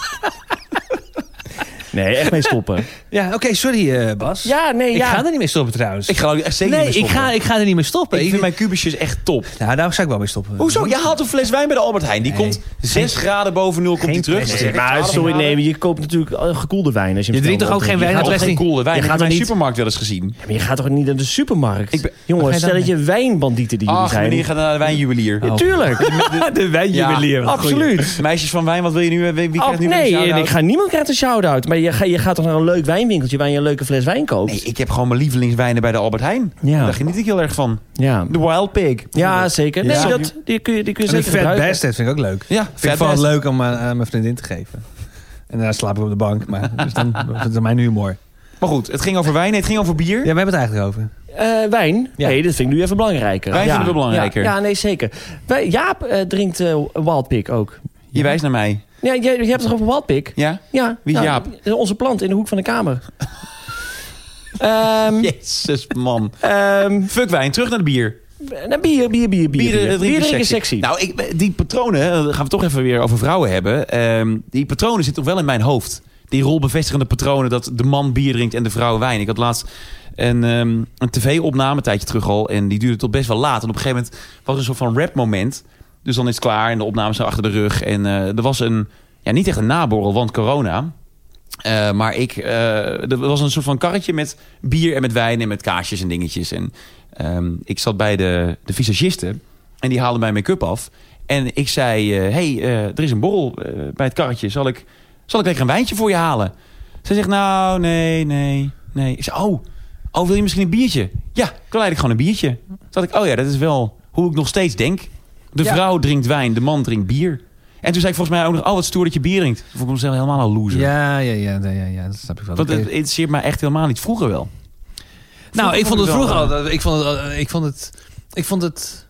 Nee, echt mee stoppen. Ja, oké, sorry eh, Bas. Ja, nee, Ik ja. ga er niet mee stoppen trouwens. Ik ga er echt zeker nee, niet mee ik stoppen. ga, ik ga er niet mee stoppen. Ik vind mijn kubusjes echt top. Nou, daar zou ik wel mee stoppen. Hoezo? Je haalt een fles wijn bij de Albert Heijn. Die Nee. komt zes graden boven nul komt Geen die terug. plastic. Dat is echt Maar twaalf sorry, graden. nee, je koopt natuurlijk eh, gekoelde wijn. Als je, hem Je drinkt snel toch ook geen opdrinkt. wijn Je uit gaat Geen toch koele wijn. Je Ik heb gaat in er mijn niet... supermarkt wel eens gezien. Ja, maar je gaat toch niet naar de supermarkt? Ik ben- Jongens, Waar ga je dan stel dat je wijnbandieten die jullie Ach, zijn. meneer gaat naar de wijnjuwelier. Ja, tuurlijk. de wijnjuwelier. Ja, Absoluut. Meisjes van wijn, wat wil je nu? Wie, wie Oh, krijgt nu weer een nee, shout-out? en ik ga, niemand krijgt een shout-out. Maar je, ga, je gaat toch naar een leuk wijnwinkeltje waar je een leuke fles wijn koopt? Nee, ik heb gewoon mijn lievelingswijnen bij de Albert Heijn. Ja. Daar geniet ik heel erg van. Ja, De Wild Pig. ja zeker. Nee, Ja. dat, die kun je, die kun je En die zeker Fat gebruiken. Bastard vind ik ook leuk. Ja, Vind ik vooral leuk om aan, aan mijn vriendin te geven. En daarna slaap ik op de bank. Maar dus dan dat is mijn humor. Maar goed, het ging over wijn. Nee, het ging over bier. Ja, we hebben het eigenlijk over. Eh, wijn? Ja. Nee, dat vind ik nu even belangrijker. Wijn ja. vinden we belangrijker. Ja, ja, nee, zeker. Wij, Jaap eh, drinkt eh, Wild Pig ook. Je wijst naar mij. Ja, je, je hebt het toch over Wild Pig? Ja? Ja. Wie is nou, Jaap? Onze plant in de hoek van de kamer. Ehm Jezus, man. ehm, Fuck wijn, terug naar de bier. nou, bier, bier, bier, bier. Bier, Bier, eh, drinken drinken is is sexy. sexy. Nou, ik, die patronen, hè, daar gaan we toch even weer over vrouwen hebben. Ehm, die patronen zitten toch wel in mijn hoofd. Die rolbevestigende patronen dat de man bier drinkt en de vrouw wijn. Ik had laatst een, ehm, een tv-opname, een tijdje terug al. En die duurde tot best wel laat. En op een gegeven moment was er een soort van rap moment. Dus dan is het klaar en de opnames zijn achter de rug. En eh, er was een, ja, niet echt een naborrel, want corona. Uh, maar ik, uh, er was een soort van karretje met bier en met wijn en met kaasjes en dingetjes. En um, ik zat bij de, de visagisten en die haalde mijn make-up af. En ik zei, hé, uh, hey, uh, er is een borrel uh, bij het karretje. Zal ik, zal ik lekker een wijntje voor je halen? Zij zegt, nou, nee, nee, nee. Ik zei, oh, oh, wil je misschien een biertje? Ja, dan leid ik gewoon een biertje. Toen dacht ik, oh ja, dat is wel hoe ik nog steeds denk. De ja. vrouw drinkt wijn, de man drinkt bier. En toen zei ik volgens mij ook nog, oh, wat stoer dat je bier drinkt. Vond ik mezelf helemaal een loser. Ja, ja, ja, ja, ja, dat snap ik wel. Want het interesseert mij echt helemaal niet. Vroeger wel. Vroeger nou, ik vond het vroeger al. Ik vond het, ik vond het, ik vond het,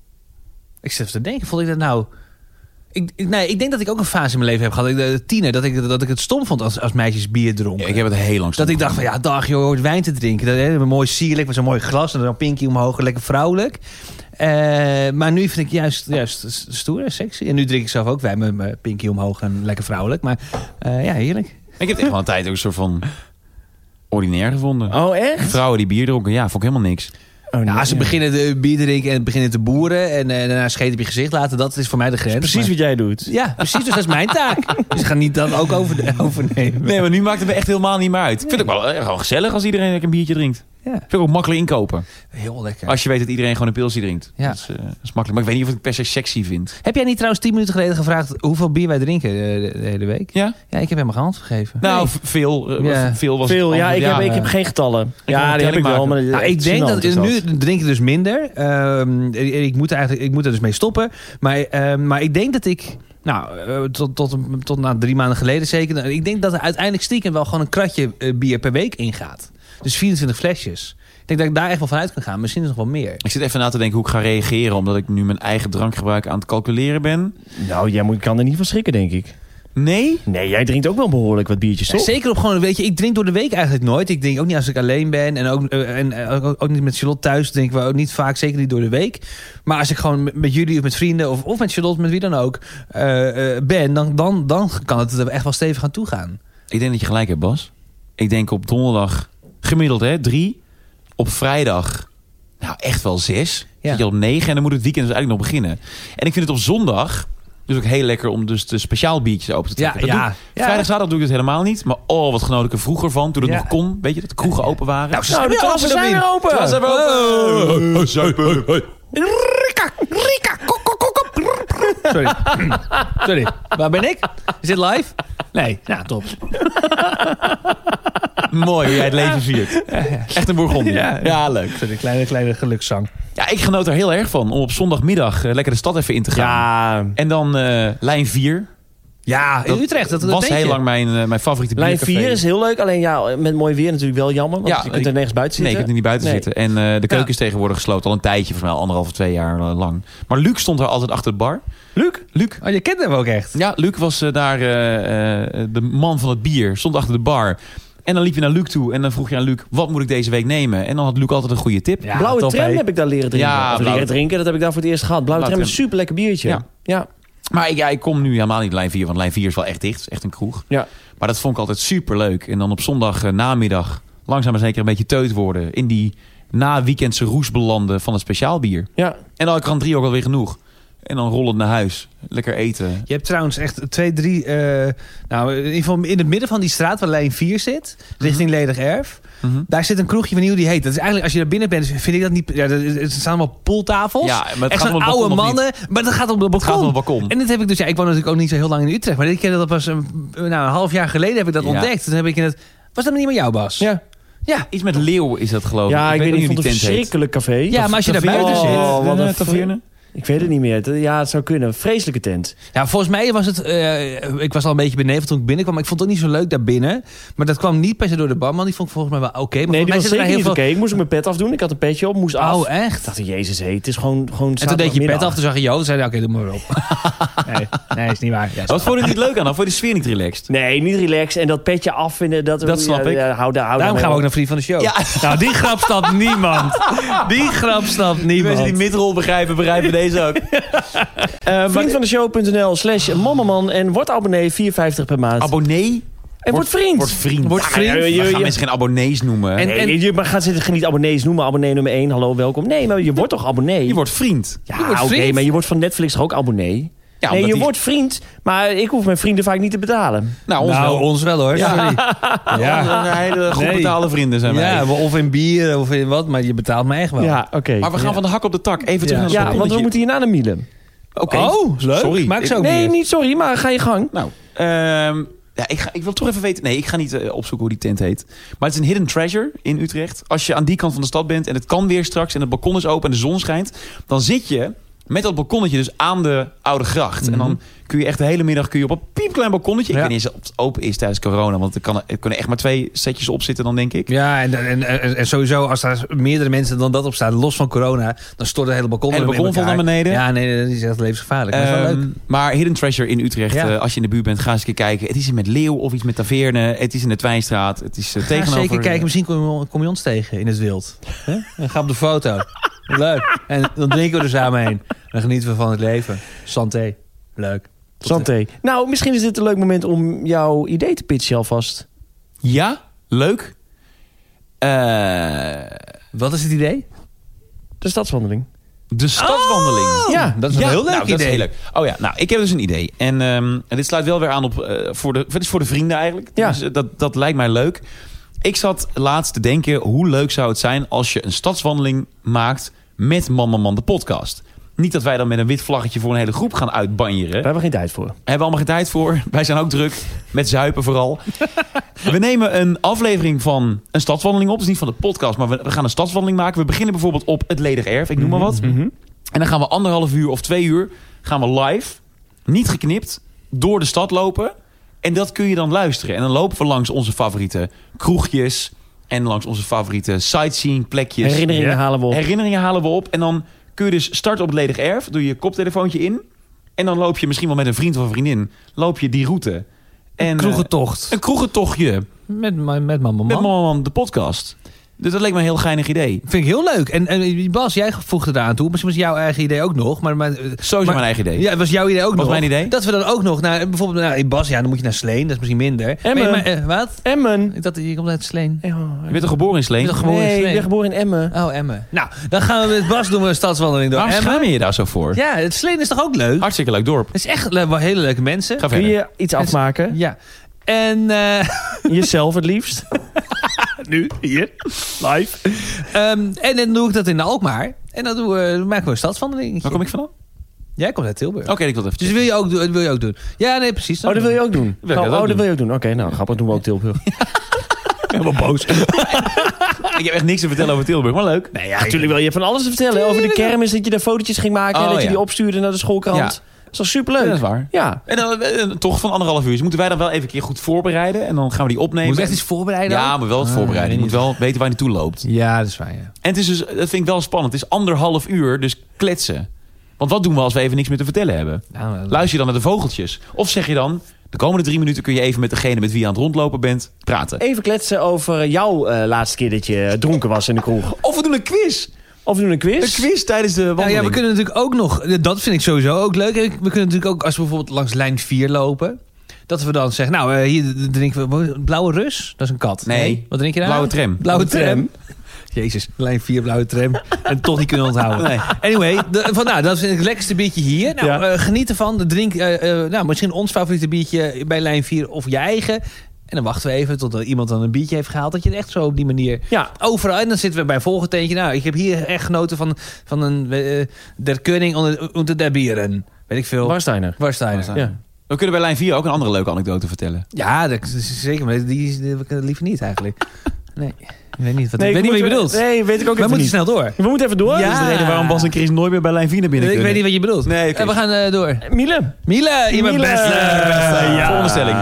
ik zit even te denken, vond ik dat nou... Ik, nee, ik denk dat ik ook een fase in mijn leven heb gehad. Ik, de tiener, dat ik, dat ik het stom vond als, als meisjes bier dronken. Ja, ik heb het heel lang stom Dat ik dacht van, ja, dag, joh, hoort wijn te drinken. Dat, hè, een mooi sierlijk, met zo'n mooi glas en dan een pinky omhoog, lekker vrouwelijk. Uh, maar nu vind ik juist, juist stoer en sexy. En nu drink ik zelf ook wijn met mijn pinky omhoog en lekker vrouwelijk. Maar uh, ja, heerlijk. Ik heb het echt wel een tijd ook een soort van ordinair gevonden. Oh, echt? Vrouwen die bier dronken, ja, vond ik helemaal niks. Oh, nou, als ze ja. beginnen de bier te drinken en beginnen te boeren en, en daarna scheet op je gezicht laten, dat is voor mij de grens. Precies maar... wat jij doet. Ja, precies. Dus dat is mijn taak. Dus ik ga niet dan ook over, overnemen. Nee, maar nu maakt het me echt helemaal niet meer uit. Ik vind het ook wel gewoon gezellig als iedereen een biertje drinkt. Ja. Vind ik ook makkelijk inkopen. Heel lekker. Als je weet dat iedereen gewoon een pilsje drinkt. Ja. Dat, is, uh, dat is makkelijk. Maar ik weet niet of ik het per se sexy vind. Heb jij niet trouwens tien minuten geleden gevraagd hoeveel bier wij drinken de, de, de hele week? Ja? Ja, ik heb hem geen hand gegeven. Nou, nee. veel. Uh, ja. Veel was veel, het ja, ik, ja, heb, uh, ik heb geen getallen. Ik ja, die heb ik wel. Maar nou, ik denk dat, dat nu drink ik dus minder. Um, ik, moet eigenlijk, ik moet er dus mee stoppen. Maar, um, maar ik denk dat ik... Nou, uh, tot, tot, tot na drie maanden geleden zeker. Ik denk dat er uiteindelijk stiekem wel gewoon een kratje uh, bier per week ingaat. Dus vierentwintig flesjes. Ik denk dat ik daar echt wel vanuit kan gaan. Misschien is het nog wel meer. Ik zit even na te denken hoe ik ga reageren. Omdat ik nu mijn eigen drankgebruik aan het calculeren ben. Nou, jij moet, kan er niet van schrikken, denk ik. Nee? Nee, jij drinkt ook wel behoorlijk wat biertjes, toch? Ja, zeker op gewoon, weet je, ik drink door de week eigenlijk nooit. Ik drink ook niet als ik alleen ben. En ook, uh, en, uh, ook, ook niet met Charlotte thuis. Drink we ook niet vaak, zeker niet door de week. Maar als ik gewoon met, met jullie of met vrienden of, of met Charlotte, met wie dan ook, uh, uh, ben, dan, dan, dan kan het er echt wel stevig aan toe gaan. Ik denk dat je gelijk hebt, Bas. Ik denk op donderdag gemiddeld, hè, drie. Op vrijdag, nou echt wel zes. Ja. Zit je op negen en dan moet het weekend dus eigenlijk nog beginnen. En ik vind het op zondag dus ook heel lekker om dus de speciaal biertjes open te trekken. Ja, dat ja. Doe, vrijdag, zaterdag doe ik het helemaal niet. Maar oh, wat genoot ik er vroeger van. Toen het ja. nog kon. Weet je, dat de kroegen open waren. Nou, ze nou, zijn, nou, ze zijn weer open. Ja, ze zijn weer open. Zuipen. Rika, Rika, kok, kok, kok. Sorry. Sorry. Waar ben ik? Is dit live? Nee. Ja, top. Mooi hoe jij het leven viert. Ja, ja. Echt een Bourgondier. Ja, ja, leuk. Een kleine, kleine gelukszang. Ja, ik genoot er heel erg van om op zondagmiddag uh, lekker de stad even in te gaan. Ja. En dan uh, lijn vier. Ja, in dat Utrecht. Dat, dat was heel lang mijn, uh, mijn favoriete biercafé. Lijn vier is heel leuk. Alleen ja, met mooi weer natuurlijk wel jammer. Want ja, je kunt er nergens buiten zitten. Nee, je kunt er niet buiten nee. zitten. En uh, de keuken ja. is tegenwoordig gesloten. Al een tijdje, volgens mij anderhalf of twee jaar uh, lang. Maar Luc stond er altijd achter de bar. Luc? Luc. Oh, je kent hem ook echt? Ja, Luc was uh, daar uh, uh, de man van het bier. Stond achter de bar. En dan liep je naar Luc toe en dan vroeg je aan Luc, wat moet ik deze week nemen? En dan had Luc altijd een goede tip. Ja, blauwe top, tram he. heb ik daar leren drinken. Ja, of leren drinken, dat heb ik daar voor het eerst gehad. Blauwe, blauwe tram is een super lekker biertje. Ja. ja. Maar ik, ja, ik kom nu helemaal niet lijn vier, want lijn vier is wel echt dicht. Het is echt een kroeg. Ja. Maar dat vond ik altijd super leuk. En dan op zondag uh, namiddag langzaam maar zeker een beetje teut worden. In die na-weekendse roes belanden van het speciaal bier. Ja. En dan had ik er aan drie ook alweer genoeg. En dan rollend naar huis. Lekker eten. Je hebt trouwens echt twee, drie... Uh, nou, in ieder geval in het midden van die straat waar lijn vier zit. Richting mm-hmm. Ledig Erf. Mm-hmm. Daar zit een kroegje van hoe die heet. Dat is eigenlijk, als je daar binnen bent, vind ik dat niet... Ja, er staan allemaal pooltafels. Ja, maar het echt gaat zo'n oude mannen. Maar dat gaat op de balkon. Het gaat op het balkon. En dit heb ik dus... Ja, ik woon natuurlijk ook niet zo heel lang in Utrecht. Maar ik ken dat pas een, nou, een half jaar geleden heb ik dat ja. ontdekt. Toen heb ik in het... Was dat niet met jou, Bas? Ja. Ja, iets met leeuw is dat geloof ik. Ja, ik, ik weet niet, ik vond het een verschrikkelijk café. Ja, maar als je daar buiten zit... Oh, wat een taverne. Ik weet het niet meer. Ja, het zou kunnen. Vreselijke tent. Ja, volgens mij was het... Uh, ik was al een beetje beneveld toen ik binnenkwam. Maar ik vond het ook niet zo leuk daar binnen. Maar dat kwam niet per se door de barman. Die vond ik volgens mij wel oké. Okay, nee, die was zeker niet veel... oké. Okay. Ik moest ook mijn pet afdoen. Ik had een petje op. Moest af. Oh, echt? Ik dacht, jezus, hey, het is gewoon... gewoon en toen deed je pet af. Toen zag je jou. Toen zei je, oké, okay, doe maar op. nee, nee, is niet waar. Ja, wat vond je niet leuk aan? Dan vond je de sfeer niet relaxed? Nee, niet relaxed. En dat petje afvinden. Dat, dat snap ja, ik. Ja, hou, hou Daarom gaan we ook naar Vriend van de Show. Ja. Nou, die grap snapt niemand. Die grap snapt niemand. Mensen die midrol begrijpen, begrijpen deze ook. Uh, vriendvandeshow.nl slash mammaman en word abonnee, vier vijftig per maand. Abonnee? En word vriend. Word vriend. Word vriend. Ja, je, je, gaan mensen geen abonnees noemen. En, en, nee, je gaat zitten niet abonnees noemen. Abonnee nummer één, hallo, welkom. Nee, maar je wordt toch abonnee? Je wordt vriend. Ja, oké, okay, maar je wordt van Netflix toch ook abonnee? Ja, nee, je die... wordt vriend, maar ik hoef mijn vrienden vaak niet te betalen. Nou, ons nou, wel. ons wel hoor. Ja. Sorry. Ja, een hele goed Nee. betaalde vrienden zijn wij. Ja, of in bier of in wat, maar je betaalt me echt wel. Ja, oké. Okay. Maar we gaan ja. van de hak op de tak. Even terug Ja. naar het Ja, want we balkonnetje. moeten hierna naar Miele. Oké. Oh, leuk. Sorry. Maak ze ook Nee, meer. niet sorry, maar ga je gang. Nou, ehm, ja, ik, ga, ik wil toch even weten... Nee, ik ga niet uh, opzoeken hoe die tent heet. Maar het is een hidden treasure in Utrecht. Als je aan die kant van de stad bent en het kan weer straks... en het balkon is open en de zon schijnt... dan zit je met dat balkonnetje dus aan de Oude Gracht. Mm-hmm. En dan kun je echt de hele middag kun je op een piepklein balkonnetje... Ja. Ik weet niet eens of het open is tijdens corona... want er, kan, er kunnen echt maar twee setjes op zitten dan, denk ik. Ja, en, en, en, en sowieso als daar meerdere mensen dan dat op staan, los van corona, dan stort het hele balkon, En het balkon valt naar beneden. Ja, nee, dat is echt levensgevaarlijk. Maar het is wel Um, leuk. maar Hidden Treasure in Utrecht, Ja. uh, als je in de buurt bent, ga eens een keer kijken. Het is hier met Leeuw of iets met Taverne. Het is in de Twijnstraat. Het is uh, Ga tegenover... zeker kijken, misschien kom je, kom je ons tegen in het wild. Hè? En ga op de foto. Leuk. En dan drinken we er samen heen. Dan genieten we van het leven. Santé. Leuk. Santé. Nou, misschien is dit een leuk moment om jouw idee te pitchen alvast. Ja, leuk. Uh, Wat is het idee? De stadswandeling. de stadswandeling. Oh, Ja, dat is een Ja, heel leuk nou, idee. Dat is heel leuk. Oh ja, nou, ik heb dus een idee. En, um, en dit sluit wel weer aan op... Uh, voor de, het is voor de vrienden eigenlijk. Ja. Dus, uh, dat, dat lijkt mij leuk. Ik zat laatst te denken... hoe leuk zou het zijn als je een stadswandeling maakt... met Man Man Man de podcast. Niet dat wij dan met een wit vlaggetje voor een hele groep gaan uitbanjeren. Daar hebben we geen tijd voor. Hebben we allemaal geen tijd voor. Wij zijn ook druk. Met zuipen vooral. We nemen een aflevering van een stadswandeling op. Dus niet van de podcast, maar we, we gaan een stadswandeling maken. We beginnen bijvoorbeeld op het Ledig Erf. Ik noem maar wat. Mm-hmm. En dan gaan we anderhalf uur of twee uur... gaan we live, niet geknipt, door de stad lopen. En dat kun je dan luisteren. En dan lopen we langs onze favoriete kroegjes... en langs onze favoriete sightseeing plekjes. Herinneringen Ja. halen we op. Herinneringen halen we op. En dan kun je dus starten op het Ledig Erf. Doe je koptelefoontje in. En dan loop je misschien wel met een vriend of een vriendin... loop je die route. En, Een kroegentocht. uh, een kroegentochtje. Met, met, met mama Met man. Man Man Man, de podcast. Dus dat leek me een heel geinig idee. Vind ik heel leuk. En, en Bas, jij voegde eraan toe. Misschien was jouw eigen idee ook nog. Maar, maar, Sowieso mijn eigen idee. Ja, was jouw idee ook Was nog. mijn idee? Dat we dan ook nog naar... Bijvoorbeeld naar in Bas, ja, dan moet je naar Sleen. Dat is misschien minder. Emmen. Maar, maar, eh, wat? Emmen. Ik dacht, je komt uit Sleen. Oh, Je bent toch geboren in Sleen? Je bent toch geboren in nee, ik Sleen? ben geboren in Emmen. Oh, Emmen. Nou, dan gaan we met Bas doen we een stadswandeling door Waarom Emmen. schaam je je daar zo voor? Ja, het Sleen is toch ook leuk? Hartstikke leuk dorp. Het is echt le- wel hele leuke mensen. Ga Kun verder. je iets afmaken? Ja. En eh, Jezelf het liefst. nu, hier, live. Um, en dan doe ik dat in de Alkmaar. En dan doen we, dan maken we een stadswandeling. Waar kom ik vandaan? Jij komt uit Tilburg. Oké, ik wil het even. Dus wil je ook, doen- wil je ook doen? Ja, nee, precies. Oh, dat wil je ook doen? Wil ik oh, dat ook oh, dat doen. wil je ook doen. Oké, nou, grappig. Doen we ook Tilburg. helemaal boos. Ik heb echt niks te vertellen over Tilburg, maar leuk. Nee, ja, natuurlijk wil je van alles te vertellen. Over de kermis, dat je daar fotootjes ging maken... en Oh, dat je ja. die opstuurde naar de schoolkrant. Ja. Dat is toch superleuk? Ja, dat is waar. Ja. En dan eh, toch van anderhalf uur. Dus moeten wij dan wel even een keer goed voorbereiden. En dan gaan we die opnemen. Moet je echt iets voorbereiden? Ja, maar wel het Ah, voorbereiden. Je weet moet niet. wel weten waar je naartoe loopt. Ja, dat is waar, ja. En het is dus, dat vind ik wel spannend. Het is anderhalf uur, dus kletsen. Want wat doen we als we even niks meer te vertellen hebben? Ja, maar- Luister je dan naar de vogeltjes? Of zeg je dan, de komende drie minuten kun je even met degene met wie je aan het rondlopen bent praten? Even kletsen over jouw eh, laatste keer dat je dronken was in de kroeg. Of we doen een quiz. Of we doen een quiz. Een quiz tijdens de Nou wandeling. ja, we kunnen natuurlijk ook nog... Dat vind ik sowieso ook leuk. We kunnen natuurlijk ook, als we bijvoorbeeld langs lijn vier lopen... dat we dan zeggen, nou, eh, hier drinken we... Blauwe Rus? Dat is een kat. Nee. Wat drink je daar? Blauwe tram. Blauwe Blauwe tram. Jezus, lijn vier, blauwe tram. En toch niet kunnen onthouden. Nee. Anyway, de, van, nou, dat vind ik het lekkerste biertje hier. Nou, Ja. eh, geniet ervan. Drink eh, eh, nou, misschien ons favoriete biertje bij lijn vier of je eigen. En dan wachten we even tot er iemand dan een biertje heeft gehaald. Dat je het echt zo op die manier... Ja. Overal. En dan zitten we bij een volgend teentje. Nou, ik heb hier echt genoten van, van een... Uh, der Koning onder, onder der Bieren. Weet ik veel. Warsteiner. Warsteiner. Warsteiner. Ja. We kunnen bij lijn vier ook een andere leuke anekdote vertellen. Ja, dat is zeker. Maar die, is- die heb ik liever niet eigenlijk. Nee. Ik weet niet wat, Nee, ik weet niet wat je moet- bedoelt. Nee, weet ik ook we even moeten niet. snel door. We moeten even door. Ja. Dat is de reden waarom Bas en Chris nooit meer bij lijn vier naar binnen Ik kunnen. weet niet wat je bedoelt. Nee, oké. Eh, we gaan eh, door. Miele. Miele, je bent Miele. best. eh, Ja. Volgende stelling.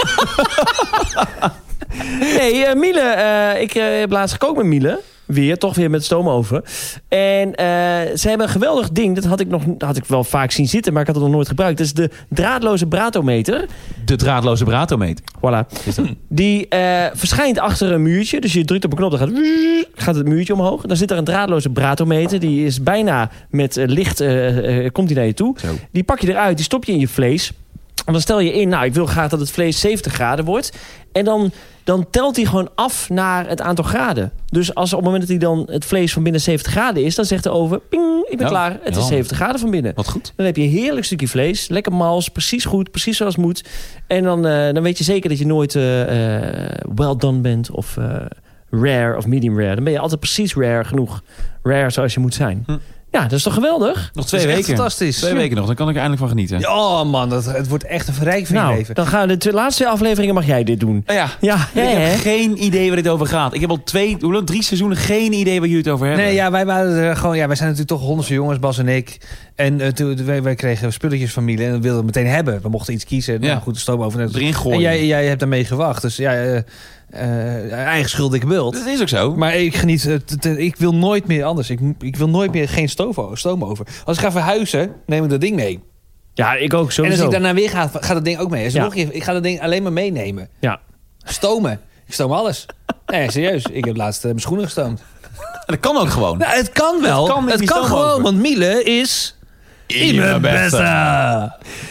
Nee, eh, Miele. eh, ik eh, heb laatst gekookt met Miele. Weer, toch weer met stoomoven. En eh, ze hebben een geweldig ding. Dat had ik, nog, dat had ik wel vaak zien zitten, maar ik had het nog nooit gebruikt. Dat is de draadloze braadtometer. De draadloze braadtometer. Voilà. Die eh, verschijnt achter een muurtje. Dus je drukt op een knop, dan gaat, gaat het muurtje omhoog. Dan zit er een draadloze braadtometer. Die is bijna met eh, licht, eh, eh, komt die naar je toe. Zo. Die pak je eruit, die stop je in je vlees. En dan stel je in, nou, ik wil graag dat het vlees zeventig graden wordt. En dan, dan telt hij gewoon af naar het aantal graden. Dus als op het moment dat hij dan het vlees van binnen zeventig graden is... dan zegt de oven, ping, ik ben Ja. klaar. Het Ja. is zeventig graden van binnen. Wat goed. Dan heb je een heerlijk stukje vlees. Lekker mals, precies goed, precies zoals het moet. En dan, uh, dan weet je zeker dat je nooit uh, uh, well done bent... of uh, rare of medium rare. Dan ben je altijd precies rare genoeg. Rare zoals je moet zijn. Hm. Ja, dat is toch geweldig? Nog twee Dat is echt weken. fantastisch. Twee weken nog, dan kan ik er eindelijk van genieten. Oh man, dat, het wordt echt een verrijking van je Nou, leven. dan gaan we de twee, laatste twee afleveringen mag jij dit doen. Nou ja, Ja, ik hè, heb hè? geen idee waar dit over gaat. Ik heb al twee, hoe lang, drie seizoenen geen idee waar jullie het over hebben. Nee, ja, wij waren er gewoon. Ja, wij zijn natuurlijk toch honderdste jongens, Bas en ik. En uh, toen wij, wij kregen spulletjesfamilie en we wilden het meteen hebben. We mochten iets kiezen. Ja. Nou goed, de stoom over. Erin gooien. En jij, jij hebt daarmee gewacht. Dus ja, uh, uh, eigen schuld, dikke bult. Dat is ook zo. Maar ik geniet. Uh, t- t- ik wil nooit meer anders. Ik, ik wil nooit meer geen stoom, stoom over. Als ik ga verhuizen, neem ik dat ding mee. Ja, ik ook En sowieso. als ik daarna weer ga, gaat dat ding ook mee. Als Ja. nog, ik ga dat ding alleen maar meenemen. Ja. Stomen. Ik stoom alles. Nee, serieus. Ik heb laatst uh, mijn schoenen gestoomd. Dat kan ook gewoon. Nou, het kan wel. Het kan met het die kan stoom gewoon, over. want Miele is... Ime beste.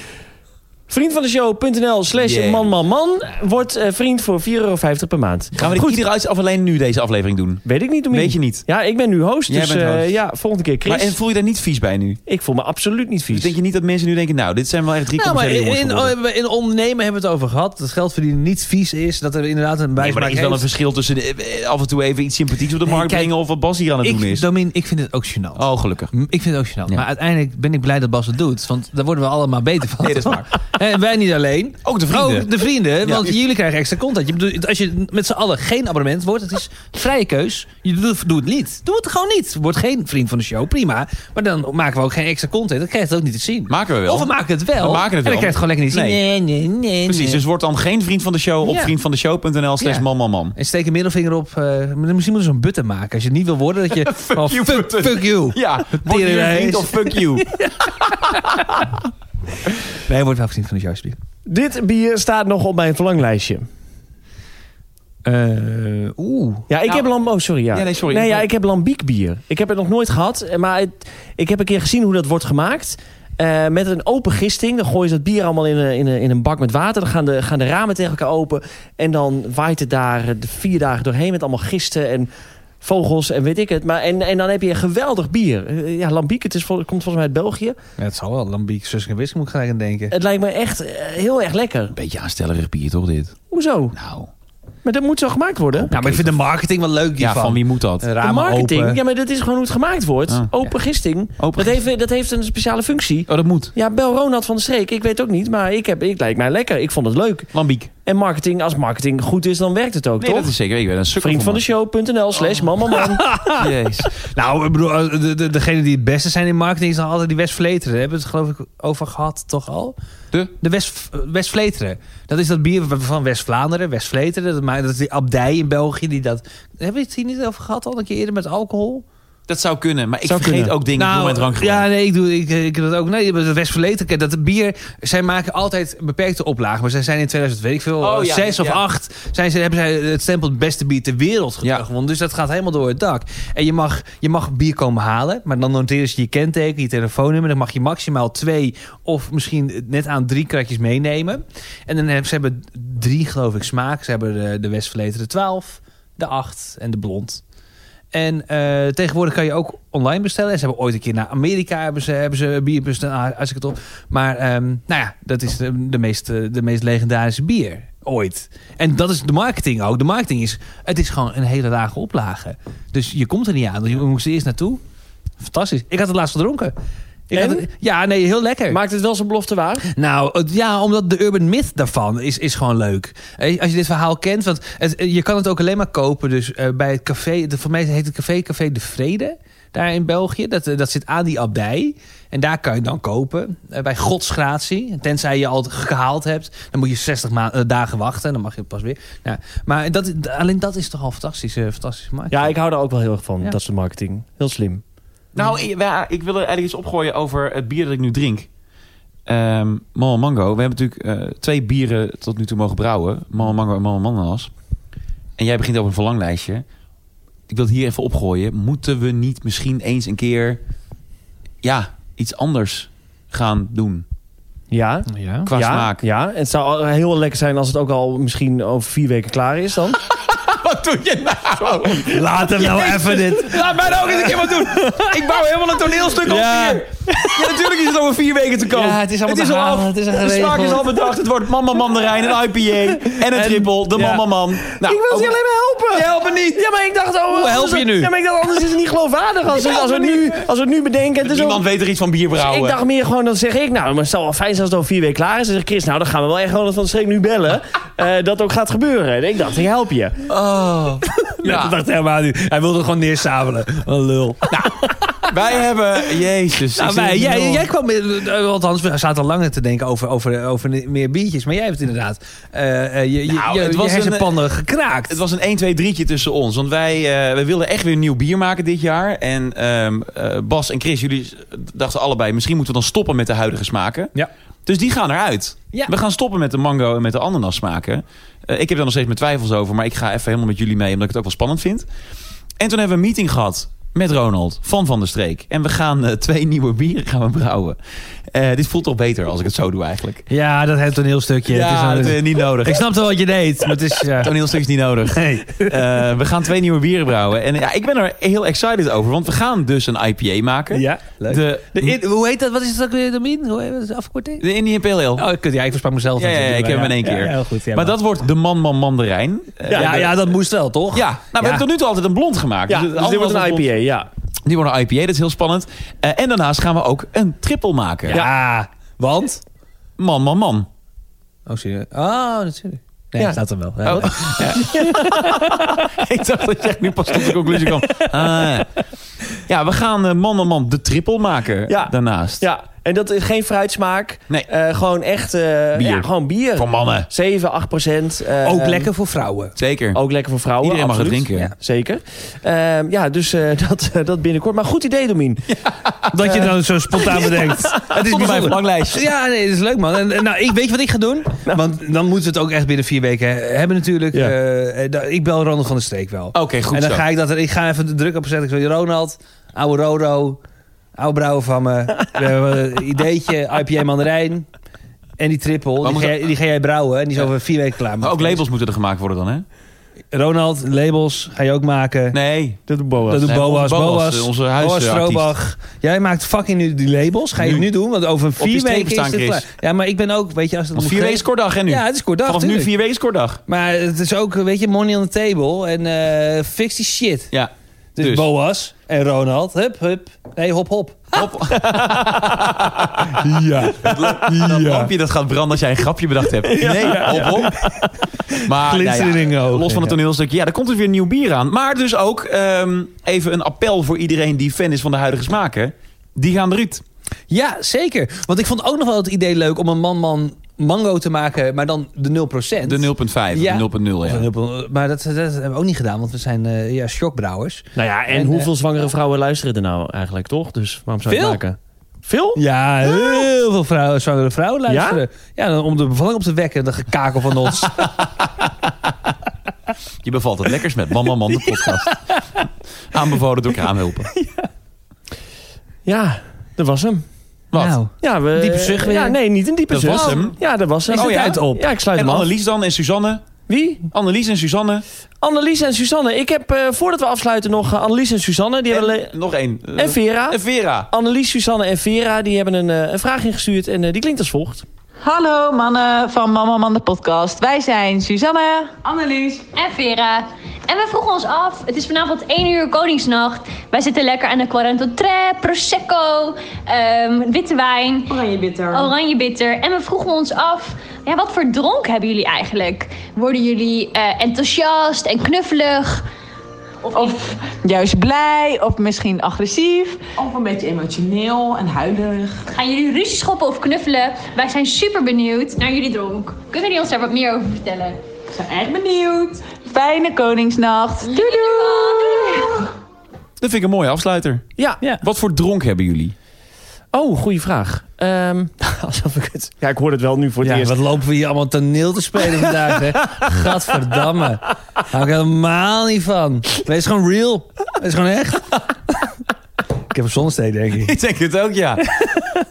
Vriend van de show.nl slash Yeah. man man man wordt uh, vriend voor vier euro vijftig per maand. Gaan we dit iedere uit of alleen nu deze aflevering doen? Weet ik niet, Domien. Weet je niet. Ja, ik ben nu host, Jij dus bent host. uh, ja, volgende keer Chris. Maar en voel je daar niet vies bij nu? Ik voel me absoluut niet vies. Dus denk je niet dat mensen nu denken, nou, dit zijn wel echt drie Nou, maar commerciële in, jongens in, geworden? in ondernemen hebben we het over gehad. Dat geld verdienen niet vies is. Dat er inderdaad een Nee, maar er bijsmaak is wel een heeft. verschil tussen eh, af en toe even iets sympathieks op de Nee, markt kijk, brengen of wat Bas hier aan het doen Ik, is. Domin, ik vind het ook gênant. Oh, gelukkig. Ik vind het ook gênant. Ja. Maar uiteindelijk ben ik blij dat Bas het doet. Want daar worden we allemaal beter van. Nee, dat is waar. En wij niet alleen. Ook de vrienden. Ook de vrienden. Want Ja. jullie krijgen extra content. Je bedoelt, als je met z'n allen geen abonnement wordt, het is vrije keus. Je doet, doe het niet. Doe het gewoon niet. Word geen vriend van de show. Prima. Maar dan maken we ook geen extra content. Dan krijg je het ook niet te zien. Maken we wel. Of we maken het wel. We maken het en dan wel. krijg je het gewoon lekker niet te zien. Nee. Nee, nee, nee. Precies, nee. dus word dan geen vriend van de show op Ja. vriendvandeshow.nl slash Ja. man man man. En steek een middelvinger op. Uh, misschien moeten we zo'n button maken. Als je het niet wil worden, dat je... Fuck oh, you fuck, button. fuck you. Ja, word je een vriend of fuck you. Nee, word wel vriend van de show, alsjeblieft. Dit bier staat nog op mijn verlanglijstje. Uh, Oeh. Ja, ik Nou. heb lam... Oh, sorry. Ja. Ja, nee, sorry. Nee, ja, ik heb lambiek bier. Ik heb het nog nooit gehad, maar het, ik heb een keer gezien hoe dat wordt gemaakt. Uh, met een open gisting. Dan gooien ze het bier allemaal in een, in een, in een bak met water. Dan gaan de, gaan de ramen tegen elkaar open. En dan waait het daar de vier dagen doorheen met allemaal gisten en vogels en weet ik het. Maar, en, en dan heb je een geweldig bier. Uh, ja, lambiek, het is, vol- komt volgens mij uit België. Ja, het zal wel. Lambiek, zus en whisky moet ik gelijk aan denken. Het lijkt me echt uh, heel erg lekker. Beetje aanstellerig bier, toch dit? Hoezo? Nou. Maar dat moet zo gemaakt worden. Nou, maar ik vind de marketing wel leuk Ja, hiervan. van wie moet dat? Uh, De ramen marketing, open. ja, maar dat is gewoon hoe het gemaakt wordt. Ah. Open gisting. Open dat, heeft, dat heeft een speciale functie. Oh, dat moet. Ja, bel Ronald van de Streek. Ik weet ook niet, maar ik heb, ik lijkt mij lekker. Ik vond het leuk. Lambiek. En marketing, als marketing goed is, dan werkt het ook, Nee, toch? dat is zeker. Ik ben een sukkel Vriend van de show.nl slash man man man. Jeez. Nou, ik bedoel, de, de, degene die het beste zijn in marketing is dan altijd die West Vleteren. Daar hebben we het geloof ik over gehad, toch al? De? De West, West Vleteren. Dat is dat bier van West-Vlaanderen, West Vleteren. Dat, maakt- dat is die abdij in België die dat... Hebben we het hier niet over gehad al een keer eerder met alcohol? Dat zou kunnen, maar ik Zou vergeet kunnen. ook dingen door mijn drank. ja, nee, ik doe, ik, ik doe dat ook. Nee, de West Vleteren, dat bier, zij maken altijd beperkte oplagen. Maar zij zijn in tweeduizend, weet ik veel, Oh, ja, zes of ja. acht, zijn ze, hebben zij het stempel het beste bier ter wereld Ja. gewonnen. Dus dat gaat helemaal door het dak. En je mag, je mag bier komen halen, maar dan noteren ze je kenteken, je telefoonnummer. Dan mag je maximaal twee of misschien net aan drie kratjes meenemen. En dan hebben ze hebben drie, geloof ik, smaak. Ze hebben de, de West Vleteren twaalf, de acht en de blond. En uh, tegenwoordig kan je ook online bestellen. En ze hebben ooit een keer naar Amerika hebben ze, hebben ze bier besteld. Ah, als ik het op. Maar um, nou ja, dat is de, de, meest, de meest legendarische bier ooit. En dat is de marketing ook. De marketing is, het is gewoon een hele lage oplage. Dus je komt er niet aan. Je moest er eerst naartoe. Fantastisch. Ik had het laatst gedronken. Ik had het, ja, nee, heel lekker. Maakt het wel zijn belofte waar? Nou, het, ja, omdat de urban myth daarvan is, is gewoon leuk. Eh, Als je dit verhaal kent, want het, je kan het ook alleen maar kopen. Dus uh, bij het café, de, voor mij heet het café Café de Vrede, daar in België. Dat, dat zit aan die abdij. En daar kan je dan kopen. Uh, bij godsgratie. Tenzij je al gehaald hebt, dan moet je zestig ma- uh, dagen wachten. En dan mag je pas weer. Ja, maar dat, alleen dat is toch al fantastisch, uh, fantastisch gemaakt. Ja, ik hou er ook wel heel erg van. Ja. Dat soort marketing. Heel slim. Nou, ik, ja, ik wil er eigenlijk iets opgooien over het bier dat ik nu drink. Um, Mama Mango. We hebben natuurlijk uh, twee bieren tot nu toe mogen brouwen. Mama Mango en Mama Mananas. En jij begint over een verlanglijstje. Ik wil het hier even opgooien. Moeten we niet misschien eens een keer ja, iets anders gaan doen? Ja. Ja. Qua ja, smaak. Ja, het zou heel lekker zijn als het ook al misschien over vier weken klaar is dan. Wat doe je nou? Laat hem nou even dit. Laat mij nou ook eens een keer wat doen. Ik bouw helemaal een toneelstuk op Ja. vier. Ja, natuurlijk is het over vier weken te komen. Ja, het is allemaal het te al halen, af. het is al De geregeld. smaak is al bedacht. Het wordt Mama Mandarijn, een I P A en een En- triple. De ja. Mama Man. Nou, Ik wil je alleen maar helpen. Je helpt me niet. Ja, maar ik dacht... Oh, Hoe help anders- je nu? Ja, maar ik dacht, anders is het niet geloofwaardig als, we- als, we, het nu, als we het nu bedenken. Het is Niemand ook- weet er iets van bier brouwen. ik dacht meer gewoon, dan zeg ik, nou, maar het zou wel fijn zijn als het over vier weken klaar is. Dan zegt Chris, nou, dan gaan we wel echt gewoon van de streek nu bellen. uh, dat ook gaat gebeuren. En ik dacht, ik help je. Oh. Ja. Dat dacht hij helemaal niet. Hij wilde gewoon neersabelen. Wat een lul. Wij hebben... Jezus. Nou, ik wij, zit- jij, jij kwam... met- uh, althans, we zaten al langer te denken over, over, over meer biertjes. Maar jij hebt inderdaad uh, uh, je, je, Nou, je, het je was een- hersenpannen gekraakt. Het was een één, twee, drietje tussen ons. Want wij, uh, wij wilden echt weer nieuw bier maken dit jaar. En um, uh, Bas en Chris, jullie dachten allebei... misschien moeten we dan stoppen met de huidige smaken. Ja. Dus die gaan eruit. Ja. We gaan stoppen met de mango en met de ananas smaken. Uh, ik heb daar nog steeds mijn twijfels over. Maar ik ga even helemaal met jullie mee, omdat ik het ook wel spannend vind. En toen hebben we een meeting gehad met Ronald van Van der Streek. En we gaan uh, twee nieuwe bieren gaan we brouwen. Uh, dit voelt toch beter als ik het zo doe eigenlijk. Ja, dat hele toneelstukje. Ja, het is een- dat is niet nodig. ik snapte wat je deed. Maar het is... Uh, Toneelstuk is niet nodig. nee. Uh, we gaan twee nieuwe bieren brouwen. En ja, ik ben er heel excited over. Want we gaan dus een I P A maken. Ja, leuk. De, De in- hoe heet dat? Wat is het ook weer, Domien? Hoe heet het? Afkorting? de Indian Pale Ale. Oh, ik, ja, ik versprak mezelf. Ja, ja, ja, natuurlijk, ik heb maar hem in één ja, keer. Ja, heel goed. Ja, maar dat wordt de Man Man Mandarijn. Uh, Ja, ja, ja, dat moest wel, toch? Ja, nou, we hebben tot nu toe altijd een blond gemaakt. Ja, Dus dus het dit wordt andere een I was P A, blond. ja. Die wordt een I P A, dat is heel spannend. Uh, en daarnaast gaan we ook een triple maken. Ja, want? Man, man, man. Oh, serieus? Oh, natuurlijk. Nee, Ja. dat staat er wel. Ja, Oh. Ja. Ik dacht dat je echt nu pas tot de conclusie kwam. Ah, ja. ja, we gaan uh, man, man, man de triple maken Ja. daarnaast. Ja, en dat is geen fruitsmaak. Nee. Uh, gewoon echt uh, Bier. Ja, gewoon bier. Voor mannen. zeven, acht procent. Uh, Ook lekker voor vrouwen. Zeker. Ook lekker voor vrouwen. Iedereen mag het absoluut. drinken. Ja, zeker. Uh, ja, dus uh, dat, uh, dat binnenkort. Maar goed idee, Domien. Dat je dan zo spontaan bedenkt. Het is Stond op mijn bijzonder. verlanglijst. Ja, nee, dat is leuk, man. En, en, nou, ik weet je wat ik ga doen? Want dan moeten we het ook echt binnen vier weken hebben natuurlijk. Ja. Uh, da- ik bel Ronald van der Streek wel. Oké, goed en dan zo. ga ik dat er, ik ga even de druk op zetten. Ik zeg, Ronald, oude Rodo, oude brouwer van me. We hebben een ideetje, I P A mandarijn. En die triple, die moet ga, dat- jij, die ga jij brouwen. En die is over vier weken klaar. Maar ook labels moeten er gemaakt worden dan, hè? Ronald, labels ga je ook maken. Nee. Dat doet Boas. Dat doet Nee, Boas. onze Boas, Boas, onze Boas huisartiest. Strobach. Jij maakt fucking nu die labels. Ga je Nu. het nu doen? Want over je vier strepen weken is staan, het Chris. klaar. Ja, maar ik ben ook, weet je, als het Want om vier ge- weken scoredag, hè, nu? Ja, het is kort dag. Vanaf nu tuurlijk. vier weken scoredag. Maar het is ook, weet je, money on the table. En eh fix die shit. Ja. Dus, Dus. Boas en Ronald. Hup, hup. Nee, hop, hop. Hop. Ja. Dat lampje dat gaat branden als jij een grapje bedacht hebt. Nee, hop, hop. Maar Glinstering nou in je ja, ogen, los van het ja. toneelstukje. Ja, er komt dus weer nieuw bier aan. Maar dus ook ehm, even een appel voor iedereen die fan is van de huidige smaken. Die gaan eruit. Ja, zeker. Want ik vond ook nog wel het idee leuk om een man-man mango te maken, maar dan de nul procent. De nul komma vijf, Ja. de nul komma nul, ja. Of een nul procent. Maar dat, dat hebben we ook niet gedaan, want we zijn uh, ja, shockbrouwers. Nou ja, en, En, hoeveel uh, zwangere vrouwen luisteren er nou eigenlijk, toch? Dus waarom zou je het Veel. maken? Veel? Ja, heel veel vrouwen, zwangere vrouwen luisteren. Ja, dan om de bevalling op te wekken, de gekakel van ons. Je bevalt het lekkers met Mama Man, de podcast. Aanbevolen door Kraamhulpen. Ja, dat was hem. Wat? Nou, Ja, we, Diepe zucht weer. Ja, nee, niet een diepe Dat zucht. was hem. Ja, dat was hem. Is Oh de ja, tijd op? Ja, ik sluit En hem af. Annelies dan en Suzanne? Wie? Annelies en Suzanne? Annelies en Suzanne. Ik heb, uh, voordat we afsluiten, nog uh, Annelies en Suzanne. Die hebben le- En nog één. Uh, en Vera. En Vera. Annelies, Suzanne en Vera, die hebben een, uh, een vraag ingestuurd. En uh, die klinkt als volgt. Hallo mannen van Mama Man de podcast. Wij zijn Suzanne, Annelies en Vera. En we vroegen ons af, het is vanavond één uur Koningsnacht. Wij zitten lekker aan de Quaranto Tre, Prosecco, um, witte wijn, oranje bitter. oranje bitter. En we vroegen ons af, ja, wat voor dronk hebben jullie eigenlijk? Worden jullie uh, enthousiast en knuffelig? Of, Of juist blij, of misschien agressief. Of een beetje emotioneel en huilerig. gaan jullie ruzie schoppen of knuffelen? Wij zijn super benieuwd naar jullie dronk. Kunnen jullie ons daar wat meer over vertellen? Ik ben echt benieuwd. Fijne Koningsnacht. Doei doei. Dat vind ik een mooie afsluiter. Ja. ja. Wat voor dronk hebben jullie? Oh, goede vraag. Um, alsof ik het... Ja, ik hoor het wel nu voor het Ja, eerst. wat lopen we hier allemaal toneel te spelen vandaag, hè? Gadverdamme. Daar hou ik helemaal niet van. Wees gewoon real. Wees gewoon echt. Ik heb een zonnesteek, denk ik. Ik denk het ook, ja.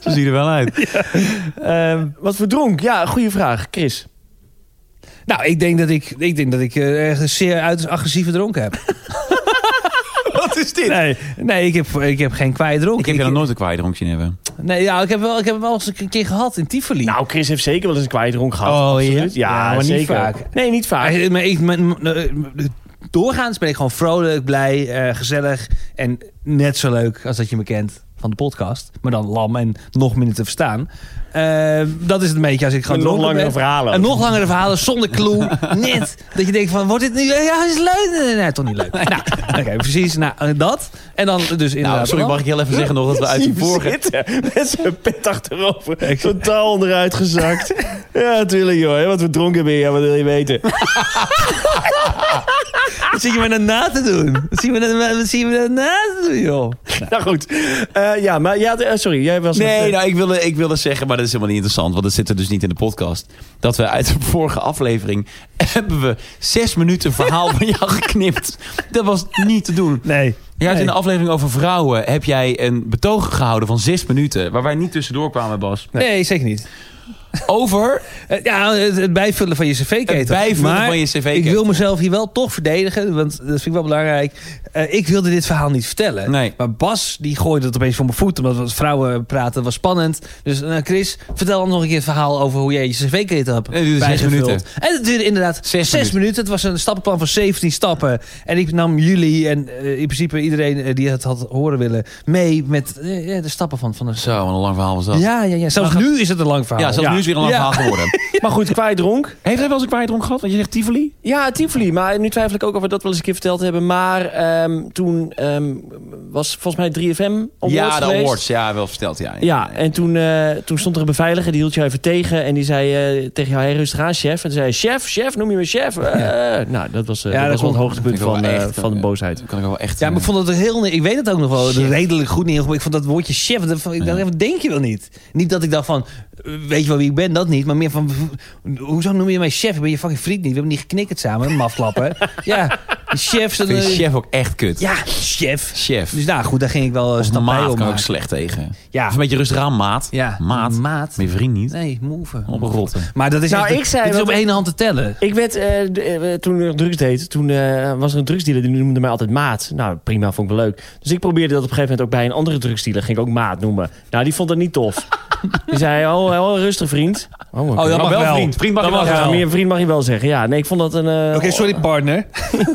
Zo zie je er wel uit. Ja. Uh, wat voor dronk? Ja, goede vraag. Chris. Nou, ik denk dat ik, ik, denk dat ik uh, echt een zeer uiterst agressieve dronk heb. Wat is dit? Nee, nee ik, heb, ik heb geen kwaai dronk. Ik heb je nog nooit een kwaai dronk zien hebben. Nee, ja, ik heb wel, ik heb wel eens een keer gehad in Tivoli. Nou, Chris heeft zeker wel eens een kwaai dronk gehad. Oh, absoluut. Ja, ja, maar zeker. niet vaak. Nee, niet vaak. Maar, maar ik, maar, doorgaans ben ik gewoon vrolijk, blij, uh, gezellig en net zo leuk als dat je me kent van de podcast. Maar dan lam en nog minder te verstaan. Uh, dat is het een beetje als ik gewoon nog langere ben. verhalen. En nog langere verhalen zonder clue. Net. Dat je denkt van, wordt dit nu... Ja, is leuk. Nee, nee, toch niet leuk. Nou, oké, okay, precies. Nou, dat. En dan dus inderdaad... Nou, sorry, mag ik heel even zeggen nog dat we uit de vorige... Zitten, met zijn pet achterover. Totaal onderuit gezakt. Ja, natuurlijk joh. Wat we dronken ben je, wat wil je weten? Wat zie je me daarna te doen? Wat zie je me, wat zie je me daarna te doen, joh? Nou, nou goed. Uh, ja, maar ja, uh, sorry. Jij was nee, met, uh... nou, ik wilde, ik wilde zeggen, maar dat is helemaal niet interessant. Want dat zit er dus niet in de podcast. Dat we uit de vorige aflevering... hebben we zes minuten verhaal van jou geknipt. Dat was niet te doen. Nee. Ja, nee. in de aflevering over vrouwen heb jij een betoog gehouden van zes minuten. Waar wij niet tussendoor kwamen, Bas. Nee, nee zeker niet. Over? Uh, ja, het bijvullen van je cv-keten. Het bijvullen maar van je cv-keten. Ik wil mezelf hier wel toch verdedigen, want dat vind ik wel belangrijk. Uh, ik wilde dit verhaal niet vertellen. Nee. Maar Bas, die gooide het opeens voor mijn voet, omdat we als vrouwen praten, was spannend. Dus uh, Chris, vertel dan nog een keer het verhaal over hoe jij je cv-keten hebt nee, bijgevuld. Zes minuten. En het duurde inderdaad zes, zes minuten. minuten. Het was een stappenplan van zeventien stappen. En ik nam jullie en uh, in principe iedereen uh, die het had horen willen mee met uh, de stappen van, van de... Zo, wat een lang verhaal was dat. Ja, ja, ja. Zelfs maar, nu is het een lang verhaal. Ja, zelfs ja. nu is het weer een lang ja. verhaal geworden. Maar goed, kwaai dronk. Heeft hij wel eens een kwaai dronk gehad? Want je zegt Tivoli? Ja, Tivoli. Maar nu twijfel ik ook of we dat wel eens een keer verteld hebben. Maar um, toen um, was volgens mij drie F M Awards Ja, de geweest. awards. Ja, wel verteld. Ja, ja en toen, uh, toen stond er een beveiliger. Die hield jou even tegen. En die zei uh, tegen jou, hey, rustig aan, chef. En toen zei chef, chef, noem je me chef? Uh, ja. Nou, dat was, uh, ja, dat dat was wel het hoogtepunt van, uh, van de boosheid. Dat kan ik wel echt... Ja, maar ik vond het heel... Ik weet het ook nog wel chef. redelijk goed niet. Ik vond dat woordje chef... Dat, ik dacht, ja. denk je wel niet. Niet dat ik dacht van... Weet je wel wie ik ben? Dat niet. Maar meer van... Hoezo noem je mij chef? Ik ben je fucking vriend niet. We hebben niet geknikkerd samen. Mafklappen. Ja, chef... Ik vind de chef ook echt kut. Ja, chef. Chef. Dus nou goed, daar ging ik wel een stap bij maat op kan ook slecht tegen. Ja. Of een beetje rustig aan, maat. Ja. Maat. Maat. Mijn vriend niet. Nee, move. Op een rotte. Maar dat is nou, echt, ik zei, dit is op één hand te tellen. Ik werd, uh, de, uh, toen ik drugs deed, toen uh, was er een drugsdealer die noemde mij altijd maat. Nou, prima, vond ik wel leuk. Dus ik probeerde dat op een gegeven moment ook bij een andere drugsdealer. Ging ik ook maat noemen. Nou, die vond dat niet tof. Die zei, oh, oh rustig vriend. Oh, okay. oh dat mag wel. wel. Vriend, vriend mag, dat je mag wel. Ja, meer vriend mag je wel zeggen. Ja, nee, ik vond dat een... Uh, Oké, okay, sorry partner.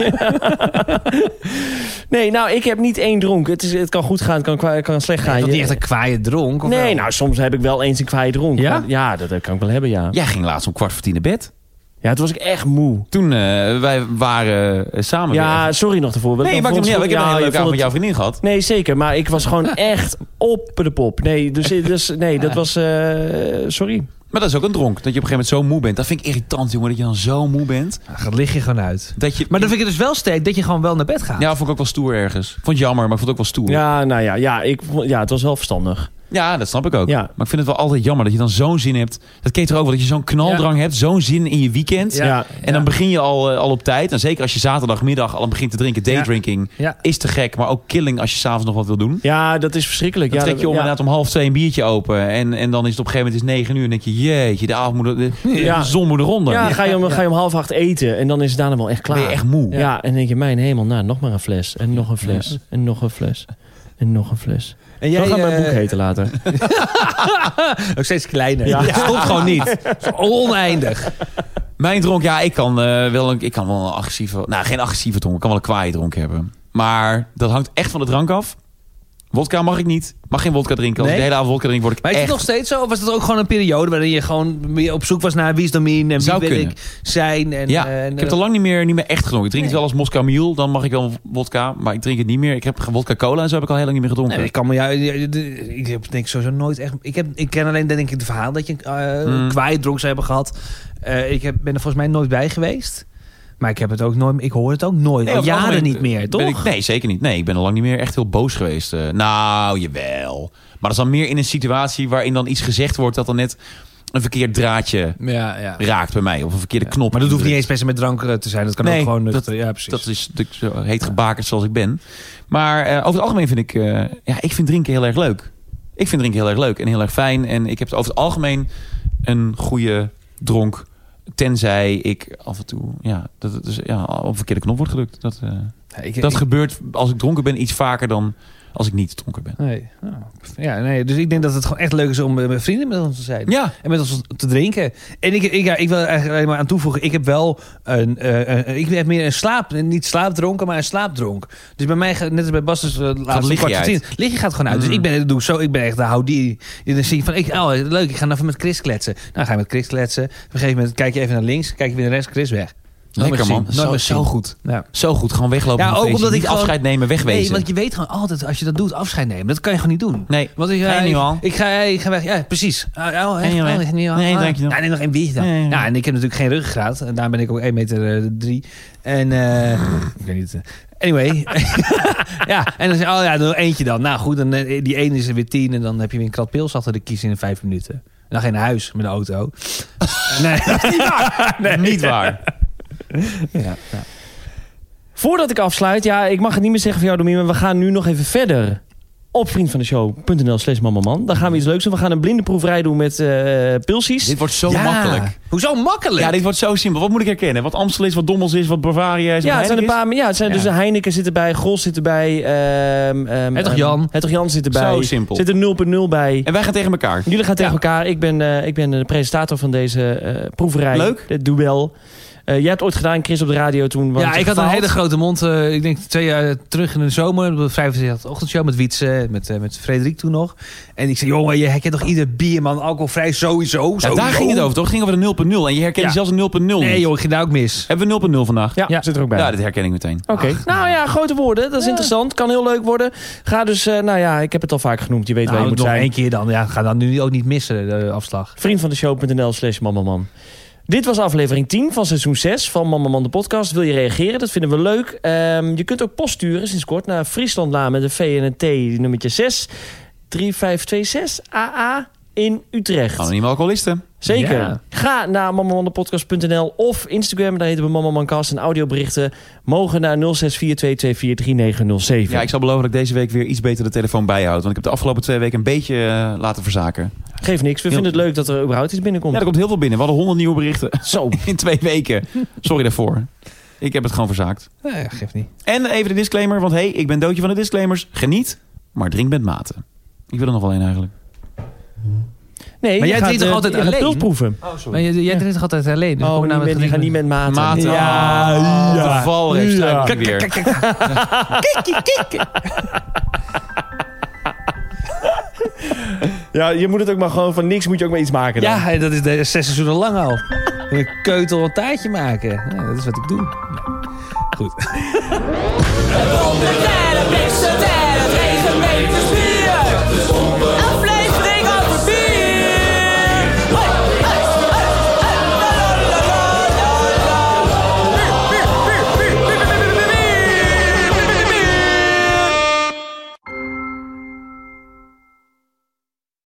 Nee, nou, ik heb niet één dronk. Het, is, het kan goed gaan, het kan, kwa- kan slecht gaan. Nee, dat je... niet echt een kwaaie dronk? Of nee, wel? nou, soms heb ik wel eens een kwaaie dronk. Ja? Maar, ja, dat kan ik wel hebben, ja. Jij ging laatst om kwart voor tien naar bed. Ja, toen was ik echt moe. Toen uh, wij waren uh, samen Ja, weer. sorry nog ervoor. Nee, maakt het niet uit. Ik heb een hele leuke avond met jouw vriendin gehad. Nee, zeker. Maar ik was gewoon echt op de pop. Nee, dus, dus nee, dat was... Uh, sorry. Maar dat is ook een dronk. Dat je op een gegeven moment zo moe bent. Dat vind ik irritant, jongen. Dat je dan zo moe bent. Ach, dat lig je gewoon uit. Dat je, maar dan vind ik het dus wel sterk dat je gewoon wel naar bed gaat. Ja, vond ik ook wel stoer ergens. Ik vond het jammer, maar ik vond het ook wel stoer. Ja, nou ja. Ja, ik, ja het was wel verstandig. Ja, dat snap ik ook. Ja. Maar ik vind het wel altijd jammer dat je dan zo'n zin hebt. Dat ken je toch ook wel, dat je zo'n knaldrang ja. hebt. Zo'n zin in je weekend. Ja. Ja. En dan begin je al, uh, al op tijd. En zeker als je zaterdagmiddag al begint te drinken. Daydrinking ja. Ja. is te gek. Maar ook killing als je s'avonds nog wat wil doen. Ja, dat is verschrikkelijk. Dan ja, trek je om ja. inderdaad om half twee een biertje open. En, en dan is het op een gegeven moment is negen uur. En denk je, jeetje, de avond moet de, ja. de zon moet eronder. Ja, ga je, om, ga je om half acht eten. En dan is het daarna wel echt klaar. Ben je echt moe. Ja, ja en dan denk je, mijn hemel, nou, nog maar een fles. En nog een fles. Ja. En nog een fles. En nog een fles. En jij, Zo gaat uh... mijn boek heten later. Ook steeds kleiner. Ja. Het stopt gewoon niet. Oneindig. Mijn dronk, ja, ik kan, uh, wel, een, ik kan wel een agressieve... Nou, geen agressieve dronk. Ik kan wel een kwaaie dronk hebben. Maar dat hangt echt van de drank af. Wodka mag ik niet. Mag geen wodka drinken. Als nee? ik de hele avond wodka drink, word ik maar echt... is het nog steeds zo? Of was dat ook gewoon een periode waarin je gewoon meer op zoek was naar wie is dan min en wie wil ik zijn? En, ja, en, ik heb het al lang niet meer, niet meer echt gedronken. Ik drink nee. het wel als Moskou Mule, dan mag ik wel wodka. Maar ik drink het niet meer. Ik heb wodka cola en zo heb ik al heel lang niet meer gedronken. Nee, ik kan me ja, ik heb denk ik sowieso nooit echt... Ik, heb, ik ken alleen denk ik het verhaal dat je uh, mm. kwaai dronks hebben gehad. Uh, ik heb, ben er volgens mij nooit bij geweest. Maar ik heb het ook nooit, ik hoor het ook nooit. Nee, al jaren niet meer, toch? Ik, nee, zeker niet. Nee, ik ben al lang niet meer echt heel boos geweest. Uh, nou, jawel. Maar dat is dan meer in een situatie waarin dan iets gezegd wordt dat dan net een verkeerd draadje ja, ja. raakt bij mij. Of een verkeerde ja. knop. Maar dat hoeft niet eens best met drank te zijn. Dat kan nee, ook gewoon... Dat, ja, precies. Dat is de, zo heet gebakerd zoals ik ben. Maar uh, over het algemeen vind ik... Uh, ja, ik vind drinken heel erg leuk. Ik vind drinken heel erg leuk en heel erg fijn. En ik heb over het algemeen een goede dronk. Tenzij ik af en toe ja, dat het dus, ja, op een verkeerde knop wordt gedrukt. Dat, uh, ja, ik, dat ik, gebeurt als ik dronken ben iets vaker dan als ik niet dronken ben. Nee. Oh, ja, nee, dus ik denk dat het gewoon echt leuk is om met vrienden met ons te zijn. Ja. En met ons te drinken. En ik, ik, ja, ik wil eigenlijk alleen maar aan toevoegen. Ik heb wel een... Uh, ik heb meer een slaap... Niet slaapdronken, maar een slaapdronk. Dus bij mij, net als bij Bas, dus, uh, laatste kwart voor tien. Lig je gaat gewoon uit. Mm. Dus ik ben, doe zo, ik ben echt de hou die. Dan zie je van, ik, oh, leuk, ik ga even met Chris kletsen. Nou, ga je met Chris kletsen. Op een gegeven moment kijk je even naar links. Kijk je weer naar rechts, Chris weg. Lekker man, zo, zo goed. Ja. Zo goed, gewoon weglopen. Ja, ook omdat ik gewoon, afscheid nemen, wegwezen. Nee, want je weet gewoon altijd, als je dat doet, afscheid nemen. Dat kan je gewoon niet doen. Nee, want ik, ga je ik, niet al? Ik ga, ik ga weg, ja, precies. Oh, oh, echt, oh, echt niet al. Nee, denk je nog. Ja, nee, nog een biertje dan. Nee, nee. Ja, en ik heb natuurlijk geen ruggengraat. En daar ben ik ook één meter drie. En, uh, ik weet niet... Anyway. Ja, en dan zeg je, oh ja, nog eentje dan. Nou goed, dan, die ene is er weer tien. En dan heb je weer een krat pils achter de kies in vijf minuten. En dan ga je naar huis met de auto. Nee, dat is niet waar. Nee, niet waar. Ja, ja. Voordat ik afsluit, ja, ik mag het niet meer zeggen van jou, Domien, maar we gaan nu nog even verder op vriendvandeshow.nl slash mamaman. Dan gaan we iets leuks doen. We gaan een blinde proeverij doen met uh, pilsies. Dit wordt zo ja. makkelijk. Hoezo makkelijk? Ja, dit wordt zo simpel. Wat moet ik herkennen? Wat Amstel is, wat Dommels is, wat Bavaria is, ja, het zijn een paar, ja, het zijn ja. dus Heineken zit erbij, Gros zit erbij. Um, um, Hertog Jan. Hertog Jan zit erbij. Zo simpel. Zit er nul punt nul bij. En wij gaan tegen elkaar. Jullie gaan tegen ja. elkaar. Ik ben, uh, ik ben de presentator van deze uh, proeverij. Leuk. Het duel. Uh, jij hebt ooit gedaan, Chris, op de radio toen. Ja, ik had een hele grote mond. Uh, ik denk twee jaar terug in de zomer. De vijfentwintigste ochtendshow met Wietse. Met, uh, met Frederik toen nog. En ik zei, jongen, je herkent toch ieder bier, man. Alcoholvrij, sowieso. Ja, sowieso. daar ging het over, toch? Het ging over de nul punt nul. En je herkent ja. zelfs een nul punt nul. Nee, joh, ik ging daar ook mis. Hebben we nul punt nul vandaag? Ja, ja, zit er ook bij. Ja, dit herken ik meteen. Oké. Okay. Nou ja, grote woorden. Dat is ja. interessant. Kan heel leuk worden. Ga dus, uh, nou ja, ik heb het al vaak genoemd. Je weet nou, waar je moet nog zijn. Nog één keer dan. Ja, ga dan nu ook niet missen, de afslag. Vriendvandeshow.nl slash mamaman. Dit was aflevering tien van seizoen zes van Mama Man de podcast. Wil je reageren? Dat vinden we leuk. Um, je kunt ook post sturen sinds kort naar Frieslandlaan met een V en een T, nummertje zes. drie vijf twee zes A A in Utrecht. Anonieme alcoholisten. Zeker. Ja. Ga naar mamamandepodcast punt n l of Instagram, daar heten we Mamamancast. En audioberichten mogen naar nul zes vier twee twee vier drie negen nul zeven. Ja, ik zal beloven dat ik deze week weer iets beter de telefoon bijhoud. Want ik heb de afgelopen twee weken een beetje uh, laten verzaken. Geeft niks. We heel... vinden het leuk dat er überhaupt iets binnenkomt. Ja, er komt heel veel binnen. We hadden honderd nieuwe berichten. Zo. In twee weken. Sorry daarvoor. Ik heb het gewoon verzaakt. Ja, geeft niet. En even de disclaimer. Want hé, hey, ik ben doodje van de disclaimers. Geniet, maar drink met mate. Ik wil er nog wel één eigenlijk. Nee, maar jij gaat, drinkt toch uh, altijd alleen? proeven. Oh, sorry. Maar jij, jij drinkt toch altijd alleen? Dus oh, nou met, die gaan niet met mate. Mate. Ja, oh, ja. De valreep ja. Kijk, weer. Kijk, kijk, kijk. Kijk, ja, je moet het ook maar gewoon van niks moet je ook maar iets maken dan. Ja, dat is de zes seizoenen lang al. Een keutel een taartje maken. Ja, dat is wat ik doe. Ja. Goed. Het regent meters bier.